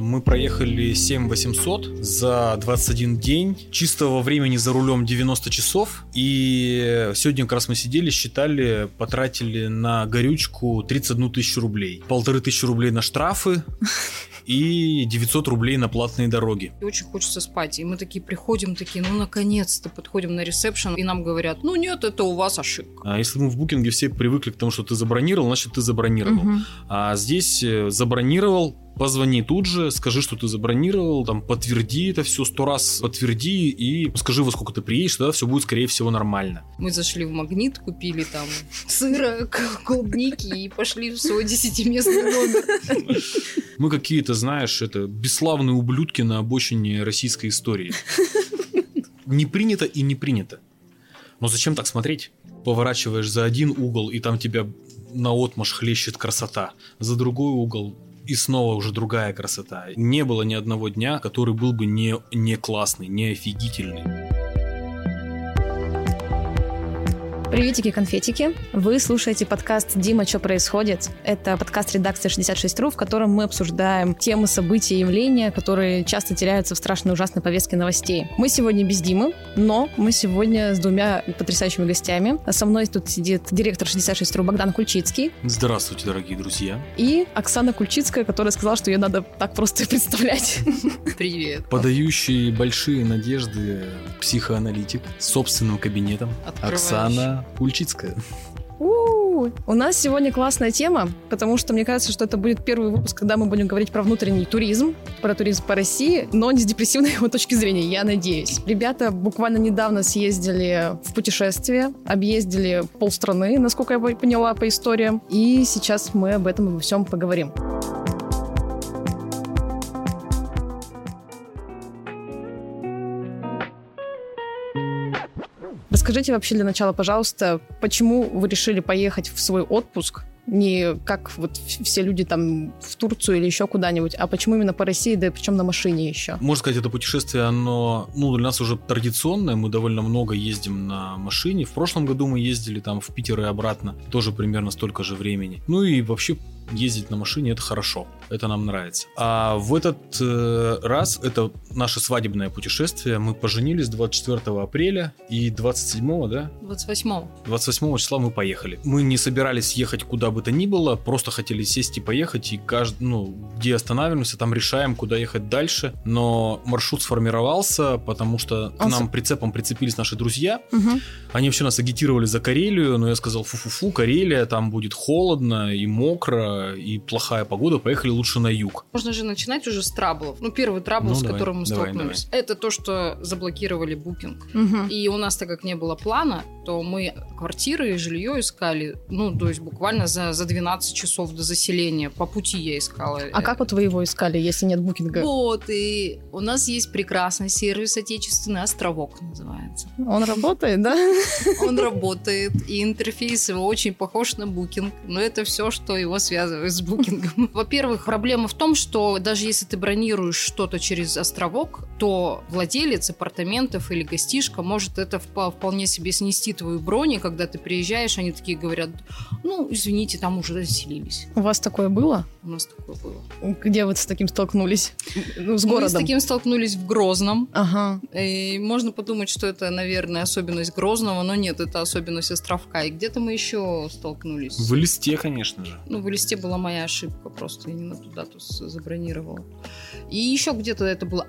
Мы проехали 7800 за 21 день. Чистого времени за рулем 90 часов. И сегодня как раз мы сидели, считали, потратили на горючку 31 тысячу рублей. 1500 рублей на штрафы. И 900 рублей на платные дороги. И очень хочется спать. И мы такие приходим, наконец-то подходим на ресепшн, и нам говорят, нет, это у вас ошибка. А если мы в букинге все привыкли к тому, что ты забронировал, значит, ты забронировал. Угу. А здесь забронировал, позвони тут же, скажи, что ты забронировал, там, подтверди это все, 100 раз подтверди и скажи, во сколько ты приедешь, тогда все будет, скорее всего, нормально. Мы зашли в Магнит, купили там сыра, клубники и пошли в свой 10-местный номер. Мы какие-то, знаешь, бесславные ублюдки на обочине российской истории. Не принято и не принято. Но зачем так смотреть? Поворачиваешь за один угол, и там тебя наотмашь хлещет красота. За другой угол и снова уже другая красота. Не было ни одного дня, который был бы не классный, не офигительный. Приветики-конфетики. Вы слушаете подкаст «Дима, что происходит?». Это подкаст редакции 66.ru, в котором мы обсуждаем темы, события и явления, которые часто теряются в страшной ужасной повестке новостей. Мы сегодня без Димы, но мы сегодня с двумя потрясающими гостями. Со мной тут сидит директор 66.ru Богдан Кульчицкий. Здравствуйте, дорогие друзья. И Оксана Кульчицкая, которая сказала, что ее надо так просто представлять. Привет. Подающий большие надежды психоаналитик с собственным кабинетом. Оксана Кульчицкая. У нас сегодня классная тема, потому что мне кажется, что это будет первый выпуск, когда мы будем говорить про внутренний туризм, про туризм по России, но не с депрессивной его точки зрения, я надеюсь. Ребята буквально недавно съездили в путешествие, объездили полстраны, насколько я поняла по историям, и сейчас мы об этом обо всем поговорим. Расскажите вообще для начала, пожалуйста, почему вы решили поехать в свой отпуск? Не как вот все люди там в Турцию или еще куда-нибудь, а почему именно по России, да и причем на машине еще? Можно сказать, это путешествие, оно для нас уже традиционное, мы довольно много ездим на машине. В прошлом году мы ездили там в Питер и обратно, тоже примерно столько же времени. И вообще ездить на машине — это хорошо, это нам нравится. А в этот раз это наше свадебное путешествие. Мы поженились 24 апреля и 27-го, да? 28 числа мы поехали. Мы не собирались ехать куда бы то ни было, просто хотели сесть и поехать, и где останавливаемся, там решаем, куда ехать дальше. Но маршрут сформировался, потому что к нам прицепом прицепились наши друзья. Угу. Они вообще нас агитировали за Карелию, но я сказал, фу-фу-фу, Карелия, там будет холодно и мокро, и плохая погода, поехали лучше на юг. Можно же начинать уже с траблов. Первый трабл, с которым мы столкнулись. Это то, что заблокировали букинг. Угу. И у нас, так как не было плана, то мы квартиры и жилье искали, то есть буквально за 12 часов до заселения. По пути я искала. А как вот вы его искали, если нет букинга? И у нас есть прекрасный сервис отечественный, «Островок» называется. Он работает, да? Он работает, и интерфейс его очень похож на букинг, но это все, что его связывает с букингом. Во-первых, проблема в том, что даже если ты бронируешь что-то через «Островок», то владелец апартаментов или гостишка может это вполне себе снести твою бронь, и когда ты приезжаешь, они такие говорят, извините, там уже заселились. У вас такое было? У нас такое было. Где вы с таким столкнулись? С городом? Мы с таким столкнулись в Грозном. Ага. И можно подумать, что это, наверное, особенность Грозного, но нет, это особенность Островка. И где-то мы еще столкнулись. В Элисте, конечно же. В Элисте была моя ошибка, просто я не на ту дату забронировала. И еще где-то это было.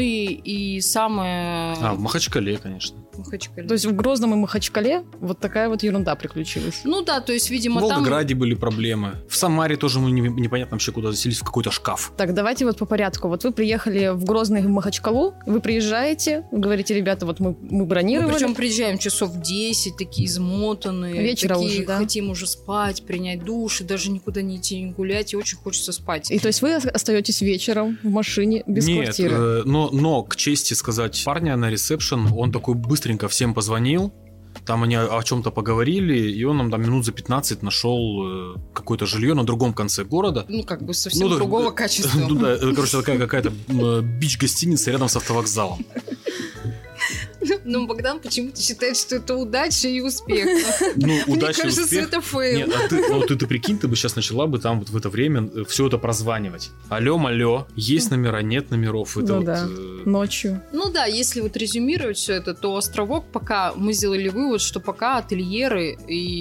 И самое... в Махачкале, конечно. Махачкале. То есть в Грозном и Махачкале вот такая вот ерунда приключилась. То есть, видимо, в Волгограде были проблемы. В Самаре тоже мы непонятно вообще куда заселились, в какой-то шкаф. Так, давайте вот по порядку. Вот вы приехали в Грозный и в Махачкалу, вы приезжаете, говорите, ребята, вот мы бронировали. Причем приезжаем часов 10, такие измотанные. Вечера такие, уже, да? Хотим уже спать, принять душ, и даже никуда не идти, не гулять, и очень хочется спать. И то есть вы остаетесь вечером в машине без квартиры? Нет, но к чести сказать парня на ресепшн, он такой быстренько всем позвонил, там они о чем-то поговорили, и он нам там минут за 15 нашел какое-то жилье на другом конце города. Совсем другого качества. Это, такая какая-то бич-гостиница рядом с автовокзалом. Но Богдан почему-то считает, что это удача и успех. Ну, Мне удача и кажется, успех. это фейл. Нет, ты прикинь, ты бы сейчас начала бы там вот в это время все это прозванивать. Алло, есть номера, нет номеров. Это Ну вот, да. Ночью. Ну да, если вот резюмировать все это, то островок пока мы сделали вывод, что пока ательеры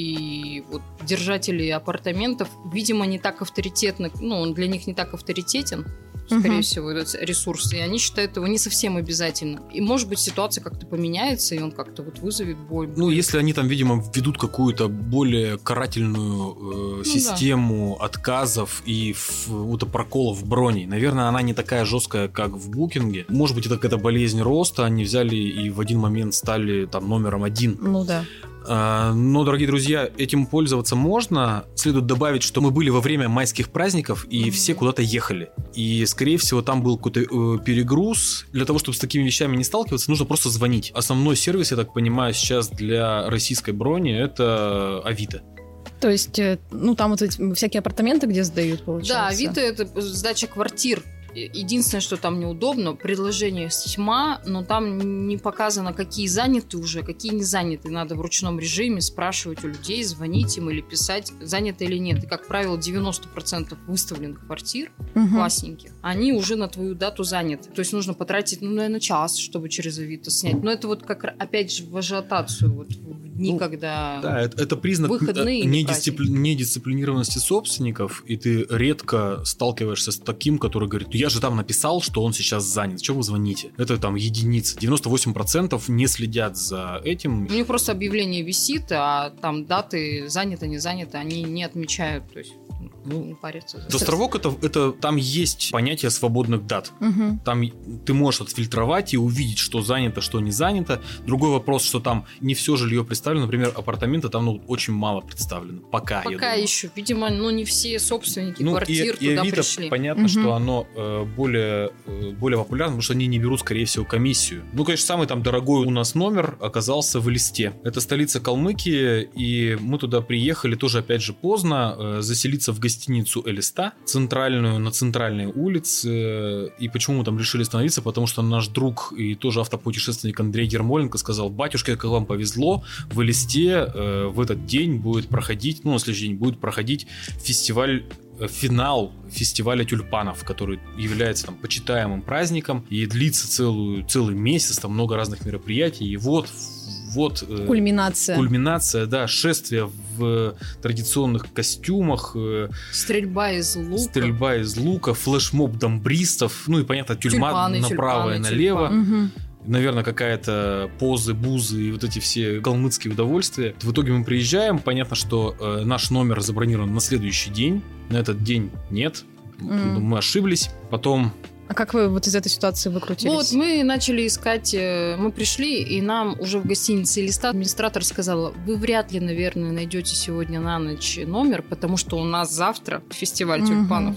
и вот держатели апартаментов, видимо, не так авторитетны, ну, он для них не так авторитетен, скорее всего, этот ресурс, и они считают его не совсем обязательно. И, может быть, ситуация как-то поменяется, и он как-то вот вызовет бой. Ну, если они там, видимо, введут какую-то более карательную систему отказов и проколов броней, наверное, она не такая жесткая, как в букинге. Может быть, это какая-то болезнь роста, они взяли и в один момент стали там номером 1. Ну да. Но, дорогие друзья, этим пользоваться можно. Следует добавить, что мы были во время майских праздников, и все куда-то ехали. И, скорее всего, там был какой-то перегруз. Для того, чтобы с такими вещами не сталкиваться, нужно просто звонить. Основной сервис, я так понимаю, сейчас для российской брони — это Авито. То есть, ну, там вот эти всякие апартаменты, где сдают, получается. Да, Авито — это сдача квартир. Единственное, что там неудобно, предложение тьма, но там не показано, какие заняты уже, какие не заняты. Надо в ручном режиме спрашивать у людей, звонить им или писать, заняты или нет. И, как правило, 90% выставленных квартир классненьких, они уже на твою дату заняты. То есть нужно потратить, ну, наверное, час, чтобы через Авито снять. Но это вот как, опять же, в ажиотацию, вот в дни, когда да, это признак недисциплинированности собственников, и ты редко сталкиваешься с таким, который говорит: я же там написал, что он сейчас занят, что вы звоните? Это там единицы. 98% не следят за этим. У них просто объявление висит, а там даты заняты, не заняты, они не отмечают, то есть не парятся. Островок это там есть понятие свободных дат. Там ты можешь отфильтровать и увидеть, что занято, что не занято. Другой вопрос, что там не все жилье представлено. Например, апартаменты там очень мало представлено. Пока еще. Видимо, не все собственники квартир и туда Авито, пришли. понятно, что оно более популярно, потому что они не берут, скорее всего, комиссию. Ну, конечно, самый там дорогой у нас номер оказался в Элисте. Это столица Калмыкии, и мы туда приехали тоже, опять же, поздно, заселиться в гостиницу Элиста, центральную, на центральной улице. И почему мы там решили остановиться? Потому что наш друг и тоже автопутешественник Андрей Ермоленко сказал: батюшка, как вам повезло, в Элисте в этот день будет проходить, на следующий день будет проходить финал фестиваля тюльпанов, который является там почитаемым праздником и длится целый месяц, там много разных мероприятий, и вот кульминация, да, шествие в традиционных костюмах, стрельба из лука, флешмоб дамбристов, ну и, понятно, тюльпан направо и налево. Наверное, какая-то позы, бузы и вот эти все калмыцкие удовольствия. В итоге мы приезжаем, понятно, что наш номер забронирован на следующий день. На этот день нет, мы ошиблись. Потом... А как вы вот из этой ситуации выкрутились? Вот, мы начали искать, мы пришли, и нам уже в гостинице Элиста администратор сказала: вы вряд ли, наверное, найдете сегодня на ночь номер, потому что у нас завтра фестиваль тюльпанов.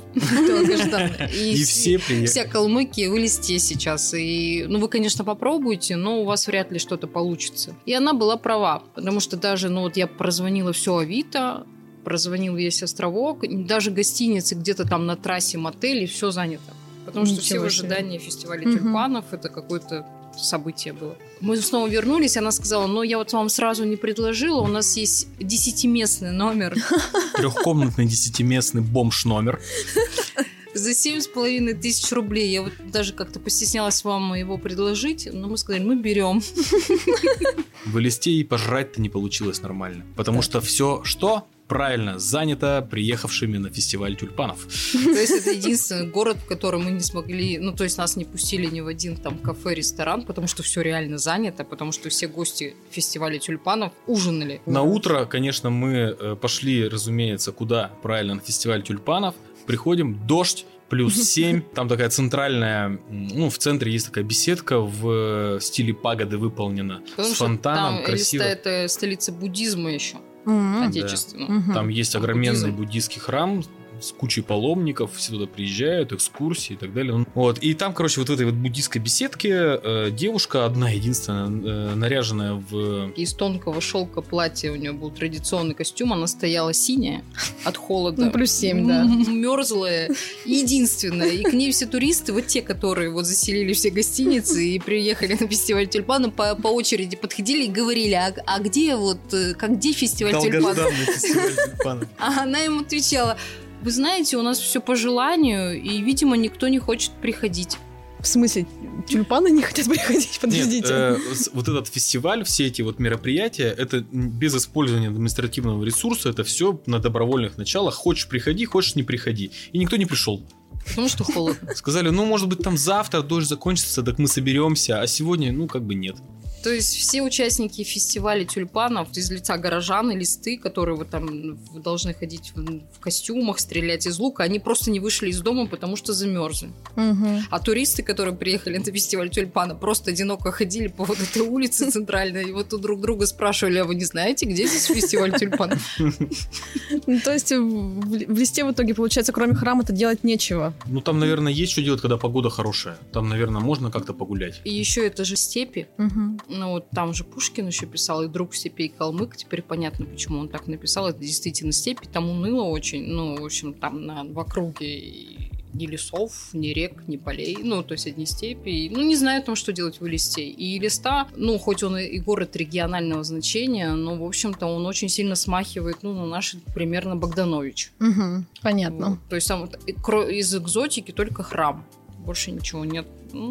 И все приехали. Вся Калмыкия в Элисте сейчас. И, вы, конечно, попробуйте, но у вас вряд ли что-то получится. И она была права, потому что даже, я прозвонила все Авито, прозвонил весь островок, даже гостиницы где-то там на трассе, мотели, все занято. Потому что все в ожидании фестиваля тюльпанов, это какое-то событие было. Мы снова вернулись, она сказала: я вот вам сразу не предложила, у нас есть 10-местный номер. 3-комнатный 10-местный бомж-номер. За 7,5 рублей. Я вот даже как-то постеснялась вам его предложить, но мы сказали: мы берем. В Элисте и пожрать-то не получилось нормально. Потому что все, что... Правильно, занято приехавшими на фестиваль тюльпанов. То есть это единственный город, в котором мы не смогли... то есть нас не пустили ни в один там кафе, ресторан, потому что все реально занято, потому что все гости фестиваля тюльпанов ужинали. На утро, конечно, мы пошли, разумеется, куда? Правильно, на фестиваль тюльпанов. Приходим, дождь, плюс 7. Там такая центральная... в центре есть такая беседка в стиле пагоды выполнена. Потому с фонтаном, там красиво. Элиста — это столица буддизма еще. Отечественного. Да. Там есть огроменный буддийский храм, с кучей паломников, все туда приезжают, экскурсии и так далее. Вот. И там, короче, вот в этой вот буддийской беседке девушка одна, единственная, наряженная в... Из тонкого шелка платья у нее был традиционный костюм, она стояла синяя от холода. +7, да. Мерзлая, единственная. И к ней все туристы, вот те, которые вот заселили все гостиницы и приехали на фестиваль тюльпанов, по очереди подходили и говорили, а где вот, где фестиваль тюльпанов? Долгожданный фестиваль тюльпанов. А она им отвечала, вы знаете, у нас все по желанию, и, видимо, никто не хочет приходить. В смысле, тюльпаны не хотят приходить? Подождите. Нет, вот этот фестиваль, все эти вот мероприятия, это без использования административного ресурса, это все на добровольных началах. Хочешь приходи, хочешь не приходи. И никто не пришел. Потому что холодно. Сказали, может быть, там завтра дождь закончится, так мы соберемся, а сегодня, как бы нет. То есть все участники фестиваля тюльпанов из лица горожан и листы, которые вот там должны ходить в костюмах, стрелять из лука, они просто не вышли из дома, потому что замерзли. Угу. А туристы, которые приехали на фестиваль тюльпана, просто одиноко ходили по вот этой улице центральной, и вот у друг друга спрашивали, а вы не знаете, где здесь фестиваль тюльпанов? То есть в листе в итоге, получается, кроме храма-то делать нечего. Там, наверное, есть что делать, когда погода хорошая. Там, наверное, можно как-то погулять. И еще это же степи. Вот там же Пушкин еще писал, и «Друг степей калмык». Теперь понятно, почему он так написал. Это действительно степи. Там уныло очень. В общем, там в округе ни лесов, ни рек, ни полей. То есть одни степи. Не знаю там, что делать в листе. И листа, хоть он и город регионального значения, но, в общем-то, он очень сильно смахивает, на наш, примерно, Богданович. Угу, понятно. Вот. То есть там из экзотики только храм. Больше ничего нет.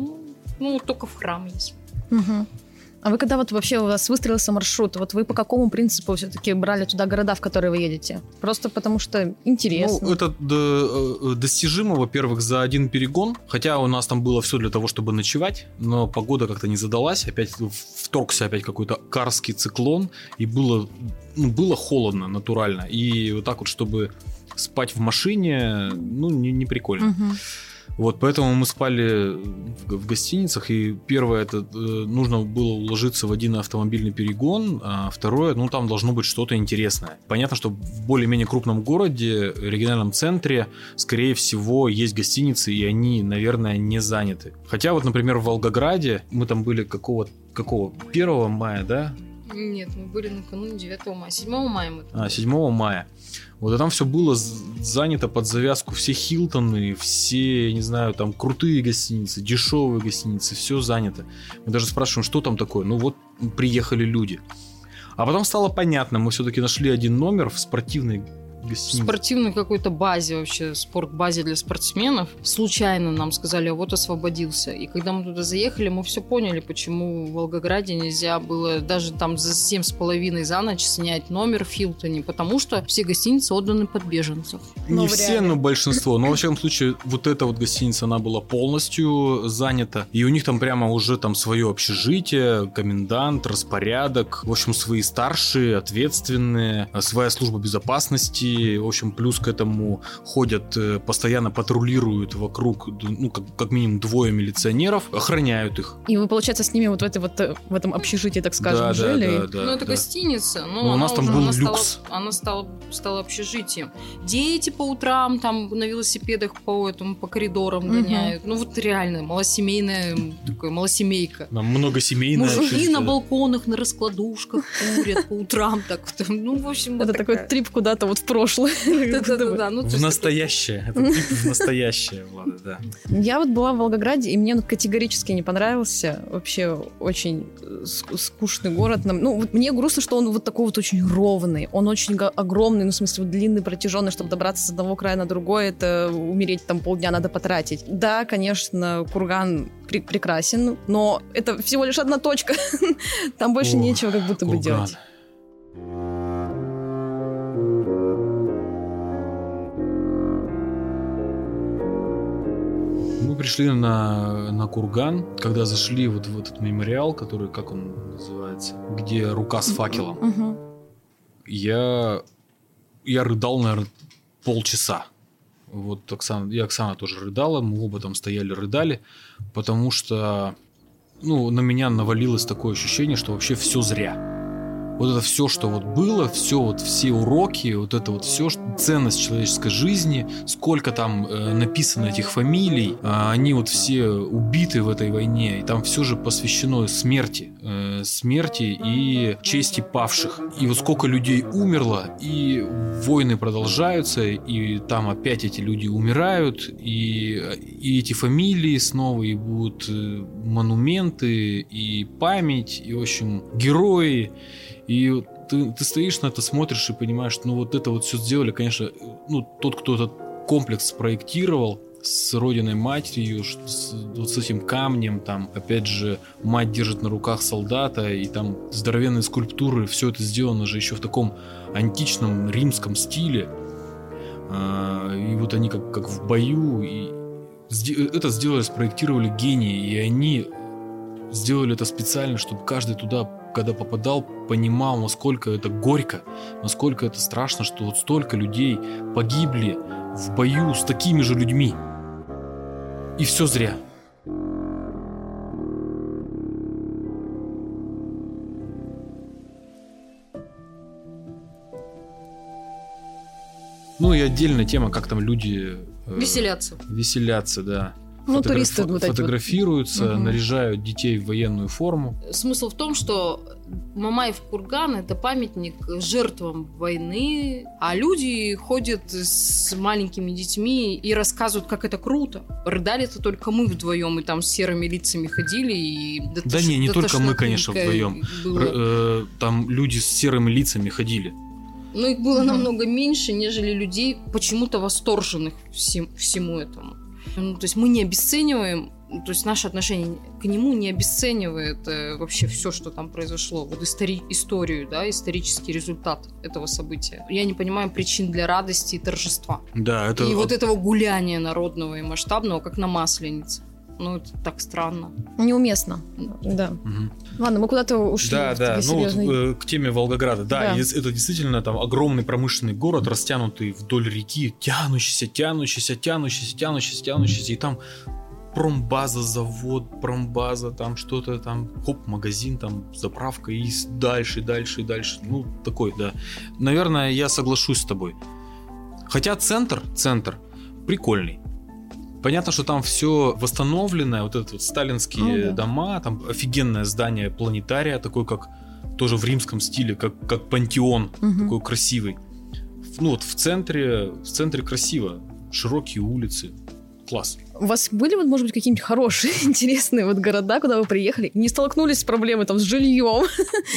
Только в храм есть. Угу. А вы когда вот вообще у вас выстроился маршрут, вот вы по какому принципу все-таки брали туда города, в которые вы едете? Просто потому что интересно? Это достижимо, во-первых, за один перегон. Хотя у нас там было все для того, чтобы ночевать, но погода как-то не задалась. Опять вторгся какой-то карский циклон, и было холодно натурально. И вот так вот, чтобы спать в машине, не прикольно. Угу. Вот, поэтому мы спали в гостиницах, и первое, это нужно было уложиться в один автомобильный перегон, а второе, там должно быть что-то интересное. Понятно, что в более-менее крупном городе, региональном центре, скорее всего, есть гостиницы, и они, наверное, не заняты. Хотя вот, например, в Волгограде мы там были какого? 1 мая, да? Нет, мы были накануне 9 мая. 7 мая мы там. 7 мая. Вот, и там все было занято под завязку. Все Хилтоны, все, не знаю, там крутые гостиницы, дешевые гостиницы, все занято. Мы даже спрашиваем, что там такое. Приехали люди. А потом стало понятно, мы все-таки нашли один номер в спортивной гостинице. В спортивной какой-то базе вообще, спортбазе для спортсменов. Случайно нам сказали, а вот освободился. И когда мы туда заехали, мы все поняли, почему в Волгограде нельзя было даже там за 7,5 за ночь снять номер в Хилтоне, потому что все гостиницы отданы под беженцев. Не все, но большинство. Но, во всяком случае, вот эта вот гостиница, она была полностью занята. И у них там прямо уже там свое общежитие, комендант, распорядок. В общем, свои старшие, ответственные, своя служба безопасности. В общем, плюс к этому ходят, постоянно патрулируют вокруг, как минимум 2 милиционеров, охраняют их. И вы, получается, с ними вот в этом общежитии, так скажем, жили? Да. Это гостиница. У нас там был люкс. Она стала общежитием. Дети по утрам там на велосипедах по коридорам гоняют. Реально, малосемейка. Многосемейная. Мужики на балконах, на раскладушках курят по утрам. В общем, это такой трип куда-то в прошлое. Да. В настоящее. Это трип в настоящее, Влада, да. Я вот была в Волгограде, и мне он категорически не понравился. Вообще очень скучный город. Мне грустно, что он вот такой вот очень ровный. Он очень огромный, в смысле, длинный, протяженный, чтобы добраться с одного края на другой. Это умереть там полдня надо потратить. Да, конечно, курган прекрасен, но это всего лишь одна точка. Там больше нечего как будто бы делать. Мы пришли на курган, когда зашли вот в этот мемориал, который, как он называется, где рука с факелом. Угу. Я рыдал, наверное, полчаса. Вот Оксана тоже рыдала, мы оба там стояли, рыдали, потому что на меня навалилось такое ощущение, что вообще все зря. вот это все, что вот было, все уроки, вот это вот все, ценность человеческой жизни, сколько там написано этих фамилий, они вот все убиты в этой войне, и там все же посвящено смерти и чести павших. И вот сколько людей умерло, и войны продолжаются, и там опять эти люди умирают, и эти фамилии снова, и будут монументы, и память, и, в общем, герои. И ты стоишь на это, смотришь и понимаешь, ну вот это вот все сделали, конечно, ну тот, кто этот комплекс спроектировал с родиной-матерью, вот с этим камнем, там, опять же, мать держит на руках солдата, и там здоровенные скульптуры, все это сделано же еще в таком античном римском стиле, и вот они как в бою, и это сделали, спроектировали гении, и они сделали это специально, чтобы каждый туда, когда попадал, понимал, насколько это горько, насколько это страшно, что вот столько людей погибли в бою с такими же людьми. И все зря. Ну и отдельная тема, как там люди... Веселятся, да. Ну, туристы фотографируются, наряжают детей в военную форму. Смысл в том, что Мамаев курган – это памятник жертвам войны, а люди ходят с маленькими детьми и рассказывают, как это круто. Рыдали-то только мы вдвоем, и там с серыми лицами ходили. И не только мы, конечно, вдвоем. Там люди с серыми лицами ходили. Но их было намного меньше, нежели людей, почему-то восторженных всему этому. Ну, то есть мы не обесцениваем, то есть наше отношение к нему не обесценивает вообще все, что там произошло, вот историю, да, исторический результат этого события. Я не понимаю причин для радости и торжества. Да, это... И вот этого гуляния народного и масштабного, как на Масленице. Ну, это так странно. Неуместно. Да. Угу. Ладно, мы куда-то ушли. Да. Ну, вот, к теме Волгограда. Да, это действительно там огромный промышленный город, растянутый вдоль реки, тянущийся. И там промбаза, завод, там что-то там, магазин, там заправка и дальше. Ну, такой, да. Наверное, я соглашусь с тобой. Хотя центр прикольный. Понятно, что там все восстановленное, вот это вот сталинские дома, там офигенное здание планетария, такой как тоже в римском стиле, как пантеон, такой красивый. Ну вот в центре красиво, широкие улицы, класс. У вас были, вот, может быть, какие-нибудь хорошие, интересные вот города, куда вы приехали, не столкнулись с проблемой там с жильем,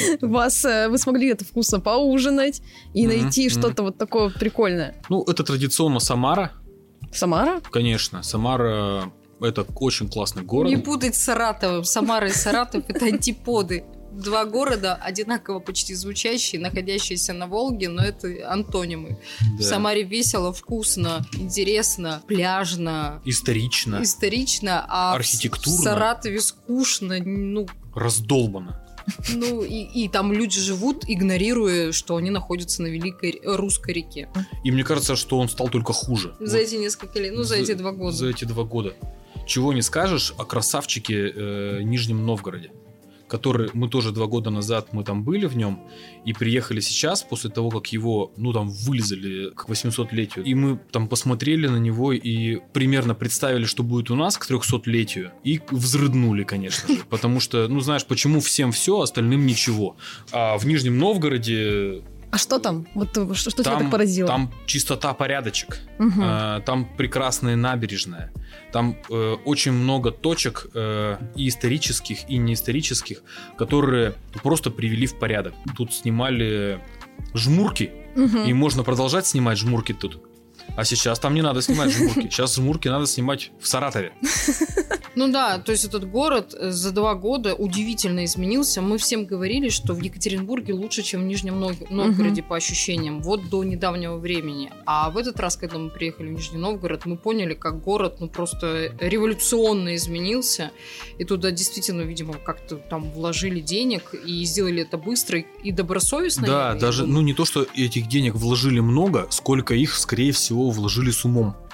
вы смогли это вкусно поужинать и найти что-то вот такое прикольное? Ну, это традиционно Самара. Самара? Конечно, Самара – это очень классный город. Не путать с Саратовым. Самара и Саратов – это антиподы. Два города, одинаково почти звучащие, находящиеся на Волге, но это антонимы. Да. В Самаре весело, вкусно, интересно, пляжно. Исторично, а архитектурно. В Саратове скучно, раздолбано. Ну, и там люди живут, игнорируя, что они находятся на великой русской реке. И мне кажется, что он стал только хуже. За эти несколько лет, за эти 2 года. За эти 2 года. Чего не скажешь о красавчике Нижнем Новгороде, который мы тоже 2 года назад мы там были в нем и приехали сейчас после того, как его, там вылезали к 800-летию. И мы там посмотрели на него и примерно представили, что будет у нас к 300-летию. И взрыднули, конечно же. Потому что, знаешь, почему всем все, остальным ничего. А в Нижнем Новгороде... А что там? Вот что тебя так поразило? Там чистота, порядочек. Там прекрасная набережная. Там очень много точек и исторических, и неисторических, которые просто привели в порядок. Тут снимали жмурки, и можно продолжать снимать жмурки тут. А сейчас там не надо снимать жмурки. Сейчас жмурки надо снимать в Саратове. Ну да, то есть этот город за 2 года удивительно изменился. Мы всем говорили, что в Екатеринбурге лучше, чем в Нижнем Новгороде по ощущениям. Вот до недавнего времени. А в этот раз, когда мы приехали в Нижний Новгород, мы поняли, как город просто революционно изменился. И туда действительно, видимо, как-то там вложили денег и сделали это быстро и добросовестно. Да, даже, не то, что этих денег вложили много, сколько их, скорее всего, вложили с умом.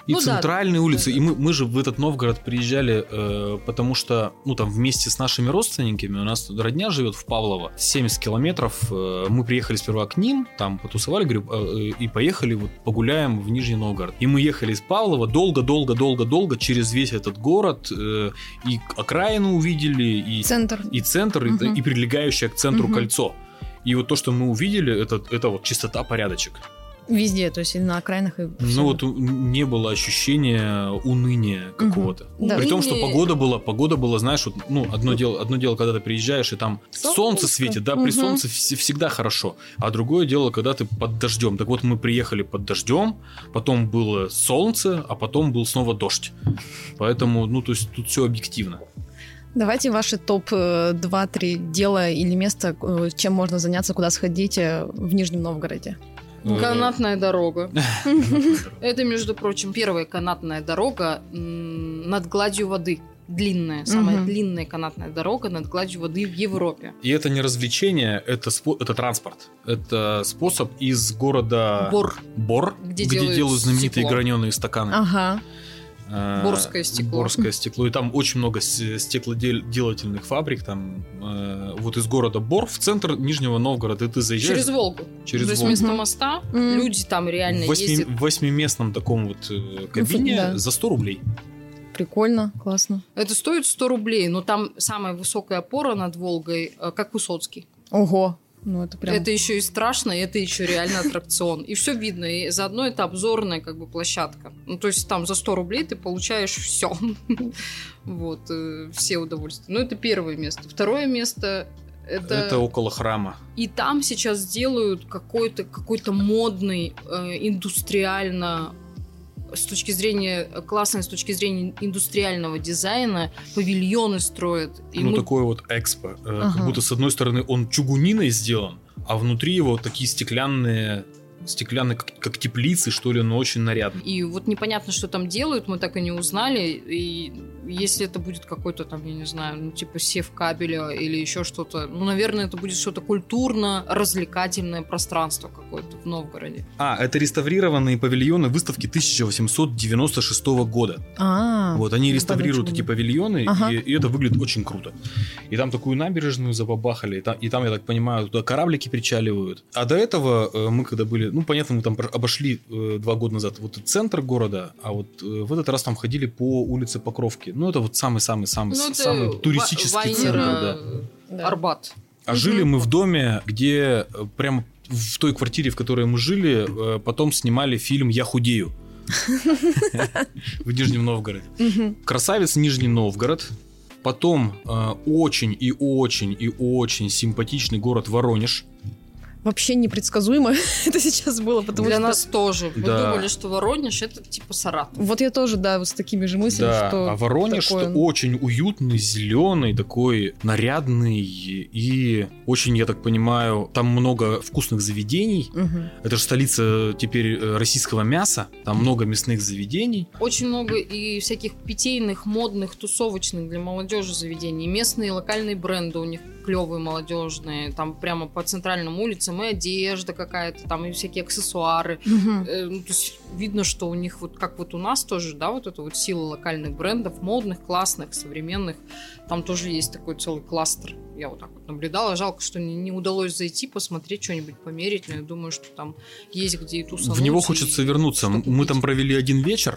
И центральные улицы. И мы же в этот Новгород приезжали, потому что, там вместе с нашими родственниками, у нас родня живет в Павлово, 70 километров. Мы приехали сперва к ним, там потусовали, говорю, и поехали вот погуляем в Нижний Новгород. И мы ехали из Павлова долго через весь этот город, и окраину увидели, и центр, и прилегающее к центру кольцо. И вот то, что мы увидели, это вот чистота, порядочек. Везде, то есть и на окраинах. И не было ощущения уныния какого-то. Да. При том, что погода была, знаешь, одно дело, когда ты приезжаешь, и там солнце светит, да, при солнце всегда хорошо. А другое дело, когда ты под дождем. Так вот, мы приехали под дождем, потом было солнце, а потом был снова дождь. Поэтому, то есть тут все объективно. Давайте ваши топ-2-3 дела или места, чем можно заняться, куда сходить в Нижнем Новгороде. Канатная дорога. Это, между прочим, первая канатная дорога над гладью воды. Длинная, самая длинная канатная дорога над гладью воды в Европе. И это не развлечение, это транспорт. Это способ из города Бор, где делают знаменитые граненые стаканы. Ага. Борское стекло. И там очень много стеклоделательных фабрик. Там вот из города Бор в центр Нижнего Новгорода ты заезжаешь. Через Волгу. То есть вместо моста люди там реально ездят. В 8-местном таком вот кабине за 100 рублей. Прикольно, классно. Это стоит 100 рублей, но там самая высокая опора над Волгой, как Высоцкий. Ого. Это еще и страшно, и это еще реально аттракцион. И все видно, и заодно это обзорная площадка. То есть там за 100 рублей ты получаешь все. Вот, все удовольствия. Это первое место. Второе место это около храма. И там сейчас делают какой-то модный, индустриально с точки зрения индустриального дизайна павильоны строят. Такое вот экспо. Как будто с одной стороны он чугуниной сделан, а внутри его такие стеклянные, как теплицы, что ли, но очень нарядные. И вот непонятно, что там делают, мы так и не узнали. И если это будет какой-то там, я не знаю, типа сев кабеля или еще что-то, наверное, это будет что-то культурно-развлекательное пространство какое-то в Новгороде. Это реставрированные павильоны выставки 1896 года. Вот они реставрируют эти павильоны, и это выглядит очень круто. И там такую набережную забабахали, и там, я так понимаю, туда кораблики причаливают. А до этого мы когда были, понятно, мы там обошли 2 года назад вот центр города, а вот в этот раз там ходили по улице Покровки. Это вот самый туристический центр. Да. Арбат. А жили мы в доме, где прямо в той квартире, в которой мы жили, потом снимали фильм «Я худею» в Нижнем Новгороде. Красавец Нижний Новгород. Потом очень и очень и очень симпатичный город Воронеж. Вообще непредсказуемо это сейчас было, потому для что... нас тоже. Мы думали, что Воронеж это типа Саратов. Вот я тоже, с такими же мыслями, что... А Воронеж очень уютный, зеленый, такой нарядный и очень, я так понимаю, там много вкусных заведений. Это же столица теперь российского мяса, там много мясных заведений. Очень много и всяких питейных, модных, тусовочных для молодежи заведений. Местные локальные бренды у них клевые, молодежные, там прямо по центральным улицам и одежда какая-то, там и всякие аксессуары. То есть видно, что у них вот как вот у нас тоже, вот эта вот сила локальных брендов, модных, классных, современных. Там тоже есть такой целый кластер. Я вот так вот наблюдала. Жалко, что не удалось зайти, посмотреть что-нибудь, померить, но я думаю, что там есть где и тусануть. В него хочется вернуться. Мы там провели один вечер,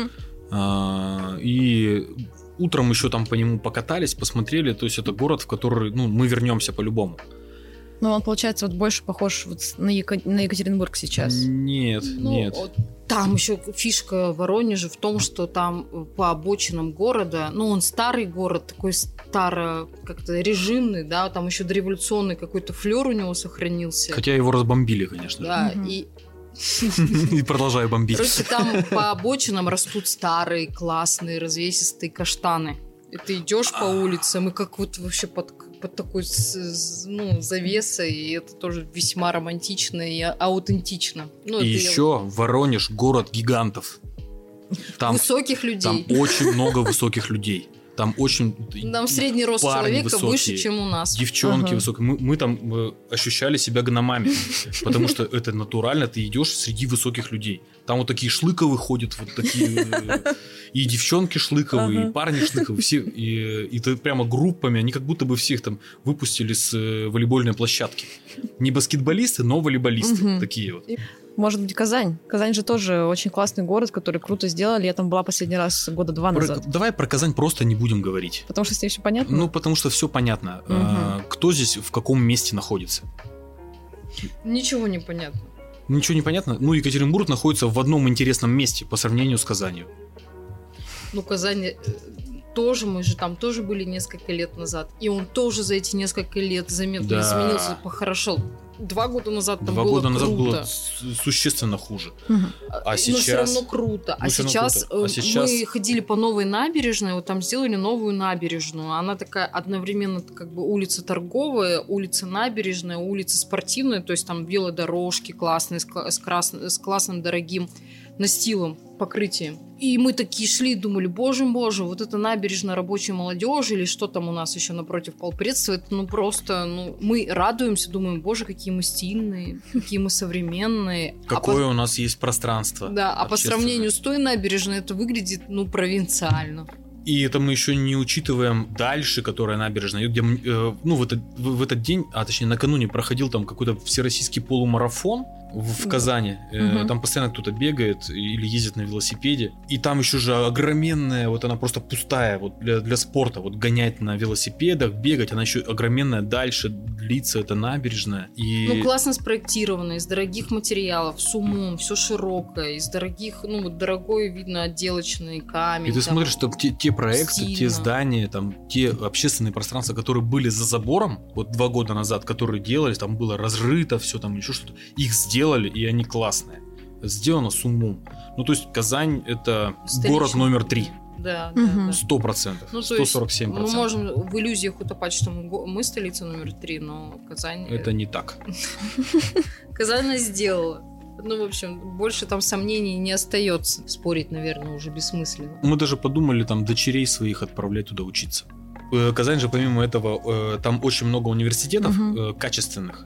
и утром еще там по нему покатались, посмотрели. То есть это город, в который мы вернемся по-любому. Но он, получается, вот больше похож на Екатеринбург сейчас. Нет. Там еще фишка Воронежа в том, что там по обочинам города, он старый город, такой как-то режимный, там еще дореволюционный какой-то флер у него сохранился. Хотя его разбомбили, конечно. Да, и продолжаю бомбить. Короче, там по обочинам растут старые, классные, развесистые каштаны. И ты идешь по улицам, и как вот вообще под такой завесой, и это тоже весьма романтично и аутентично. И еще Воронеж — город гигантов. Там высоких людей. Там очень много высоких людей. Там очень... Там средний рост человека высокие, выше, чем у нас. Девчонки высокие. Мы там ощущали себя гномами, потому что это натурально, ты идешь среди высоких людей. Там вот такие шлыковые ходят, вот такие... И девчонки шлыковые, и парни шлыковые, все, и ты прямо группами, они как будто бы всех там выпустили с волейбольной площадки. Не баскетболисты, но волейболисты такие вот. Может быть, Казань. Казань же тоже очень классный город, который круто сделали. Я там была последний раз года 2 назад. Давай про Казань просто не будем говорить. Потому что с ней все понятно? Ну, потому что все понятно. Кто здесь в каком месте находится? Ничего не понятно. Ничего не понятно? Ну, Екатеринбург находится в одном интересном месте по сравнению с Казанью. Ну, Казань тоже, мы же там тоже были несколько лет назад. И он тоже за эти несколько лет заметно изменился, похорошел. 2 года назад там было круто. 2 года назад было существенно хуже. А сейчас... Но все равно круто. А сейчас мы ходили по новой набережной, вот там сделали новую набережную. Она такая одновременно как бы улица торговая, улица набережная, улица спортивная. То есть там велодорожки классные, с классным дорогим настилом, покрытием. И мы такие шли, думали, боже, вот это набережная рабочей молодежи или что там у нас еще напротив полпредства, это мы радуемся, думаем, боже, какие мы стильные, какие мы современные. Какое у нас есть пространство. Да, а по сравнению с той набережной это выглядит, провинциально. И это мы еще не учитываем дальше, которая набережная, где в этот день, точнее накануне проходил там какой-то всероссийский полумарафон в Казани. Там постоянно кто-то бегает или ездит на велосипеде. И там еще же огроменная, вот она просто пустая вот для спорта. Вот гонять на велосипедах, бегать, она еще огроменная дальше длится, эта набережная. И... классно спроектировано, из дорогих материалов, с умом, все широкое, из дорогих, дорогой, видно, отделочный камень. И ты смотришь, что те проекты, стильно. Те здания, там, те общественные пространства, которые были за забором, вот 2 года назад, которые делались, там было разрыто все, там еще что-то, их сделали, и они классные. Сделано с умом. То есть Казань — это город номер 3. Да, 100%. 147%. Мы можем в иллюзиях утопать, что мы столица номер 3, но Казань... Это не так. Казань нас сделала. В общем, больше там сомнений не остается. Спорить, наверное, уже бессмысленно. Мы даже подумали там дочерей своих отправлять туда учиться. Казань же, помимо этого, там очень много университетов качественных.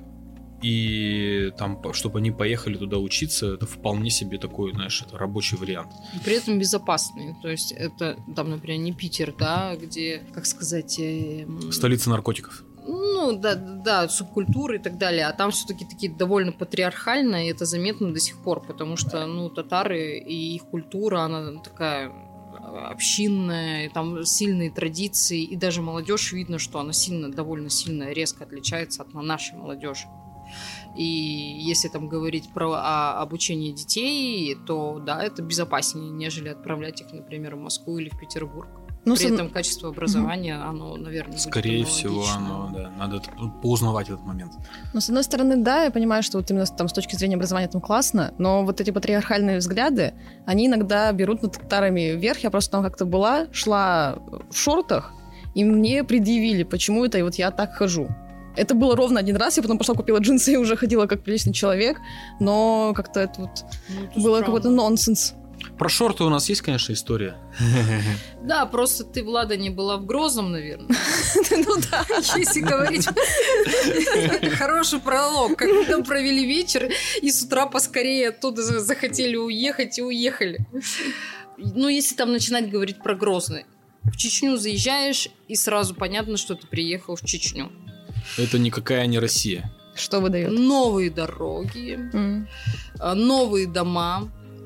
И там, чтобы они поехали туда учиться, это вполне себе такой, это рабочий вариант. И при этом безопасный. То есть это, там, например, не Питер, да, где, как сказать... Столица наркотиков. Да, субкультуры и так далее. А там все-таки такие довольно патриархально, и это заметно до сих пор, потому что, татары и их культура, она такая... общинная, там сильные традиции, и даже молодежь видно, что она довольно сильно, резко отличается от нашей молодежи. И если там говорить про обучение детей, то да, это безопаснее, нежели отправлять их, например, в Москву или в Петербург. При этом качество образования, оно, наверное, скорее всего, надо поузнавать этот момент. Но с одной стороны, да, я понимаю, что вот именно там с точки зрения образования там классно, но вот эти патриархальные взгляды, они иногда берут над татарами вверх. Я просто там как-то шла в шортах, и мне предъявили, почему это, и вот я так хожу. Это было ровно 1 раз, я потом пошла купила джинсы и уже ходила как приличный человек, но как-то это вот было какой-то нонсенс. Про шорты у нас есть, конечно, история. Да, просто ты, Влада, не была в Грозном, наверное. Да, если говорить. Это хороший пролог. Как мы там провели вечер, и с утра поскорее оттуда захотели уехать и уехали. Если там начинать говорить про Грозный. В Чечню заезжаешь, и сразу понятно, что ты приехал в Чечню. Это никакая не Россия. Что выдает? Новые дороги, новые дома,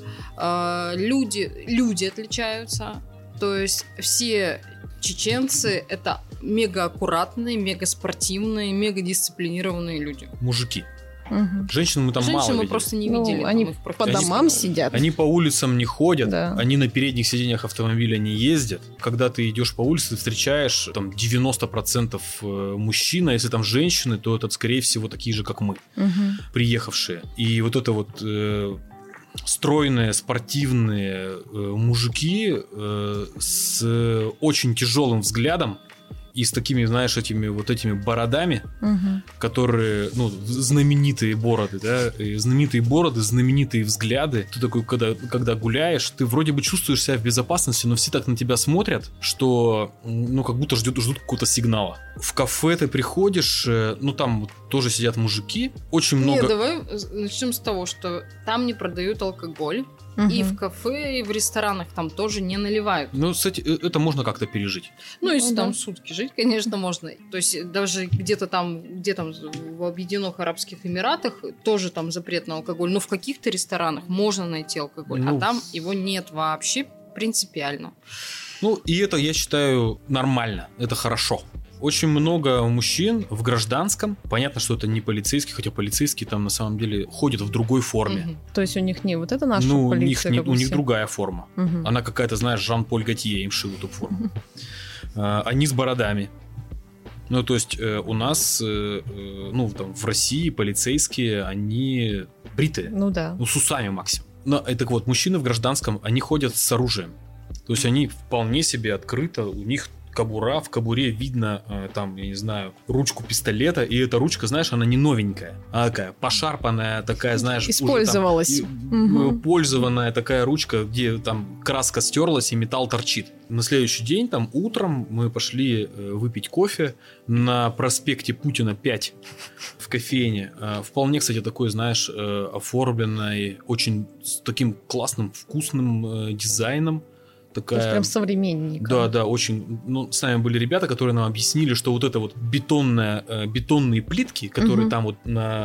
люди отличаются. То есть все чеченцы — это мега аккуратные, мега спортивные, мега дисциплинированные люди. Мужики. Женщин мы там мало видели. Мы просто не видели. Они по домам сидят. Они по улицам не ходят, да. Они на передних сиденьях автомобиля не ездят. Когда ты идешь по улице, ты встречаешь там 90% мужчин, а если там женщины, то это, скорее всего, такие же, как мы, приехавшие. И вот это вот стройные, спортивные мужики с очень тяжелым взглядом и с такими, знаешь, этими бородами, Мгм. которые, знаменитые бороды, да, и знаменитые бороды, знаменитые взгляды. Ты такой, когда гуляешь, ты вроде бы чувствуешь себя в безопасности, но все так на тебя смотрят, что, как будто ждут какого-то сигнала. В кафе ты приходишь, там вот тоже сидят мужики, очень много... Не, давай начнем с того, что там не продают алкоголь, Мгм. и в кафе, и в ресторанах там тоже не наливают. Кстати, это можно как-то пережить. Если да. там сутки жить, конечно, можно. То есть даже где-то там, в Объединенных Арабских Эмиратах тоже там запрет на алкоголь, но в каких-то ресторанах можно найти алкоголь, а там его нет вообще принципиально. И это, я считаю, нормально, это хорошо. Очень много мужчин в гражданском. Понятно, что это не полицейские, хотя полицейские там на самом деле ходят в другой форме. Мгм. То есть у них не вот это наша У полиция, них, как у у них всех? другая форма. Мгм. Она какая-то, знаешь, Жан-Поль Готье им шил эту форму. Они с бородами. То есть у нас, в России полицейские, они бритые. Ну да. С усами максимум. Так вот, мужчины в гражданском, они ходят с оружием. То есть они вполне себе открыто, у них кобура, в кобуре видно, я не знаю, ручку пистолета, и эта ручка, знаешь, она не новенькая, а такая пошарпанная, такая, знаешь, Использовалась. Мгм. пользованная такая ручка, где там краска стерлась и металл торчит. На следующий день, там, утром мы пошли выпить кофе на проспекте Путина 5 в кофейне. Вполне, кстати, такой, знаешь, оформленной, очень с таким классным, вкусным дизайном. То есть прям современненько. Да, очень. С нами были ребята, которые нам объяснили, что вот это вот бетонные плитки, которые Мгм. там вот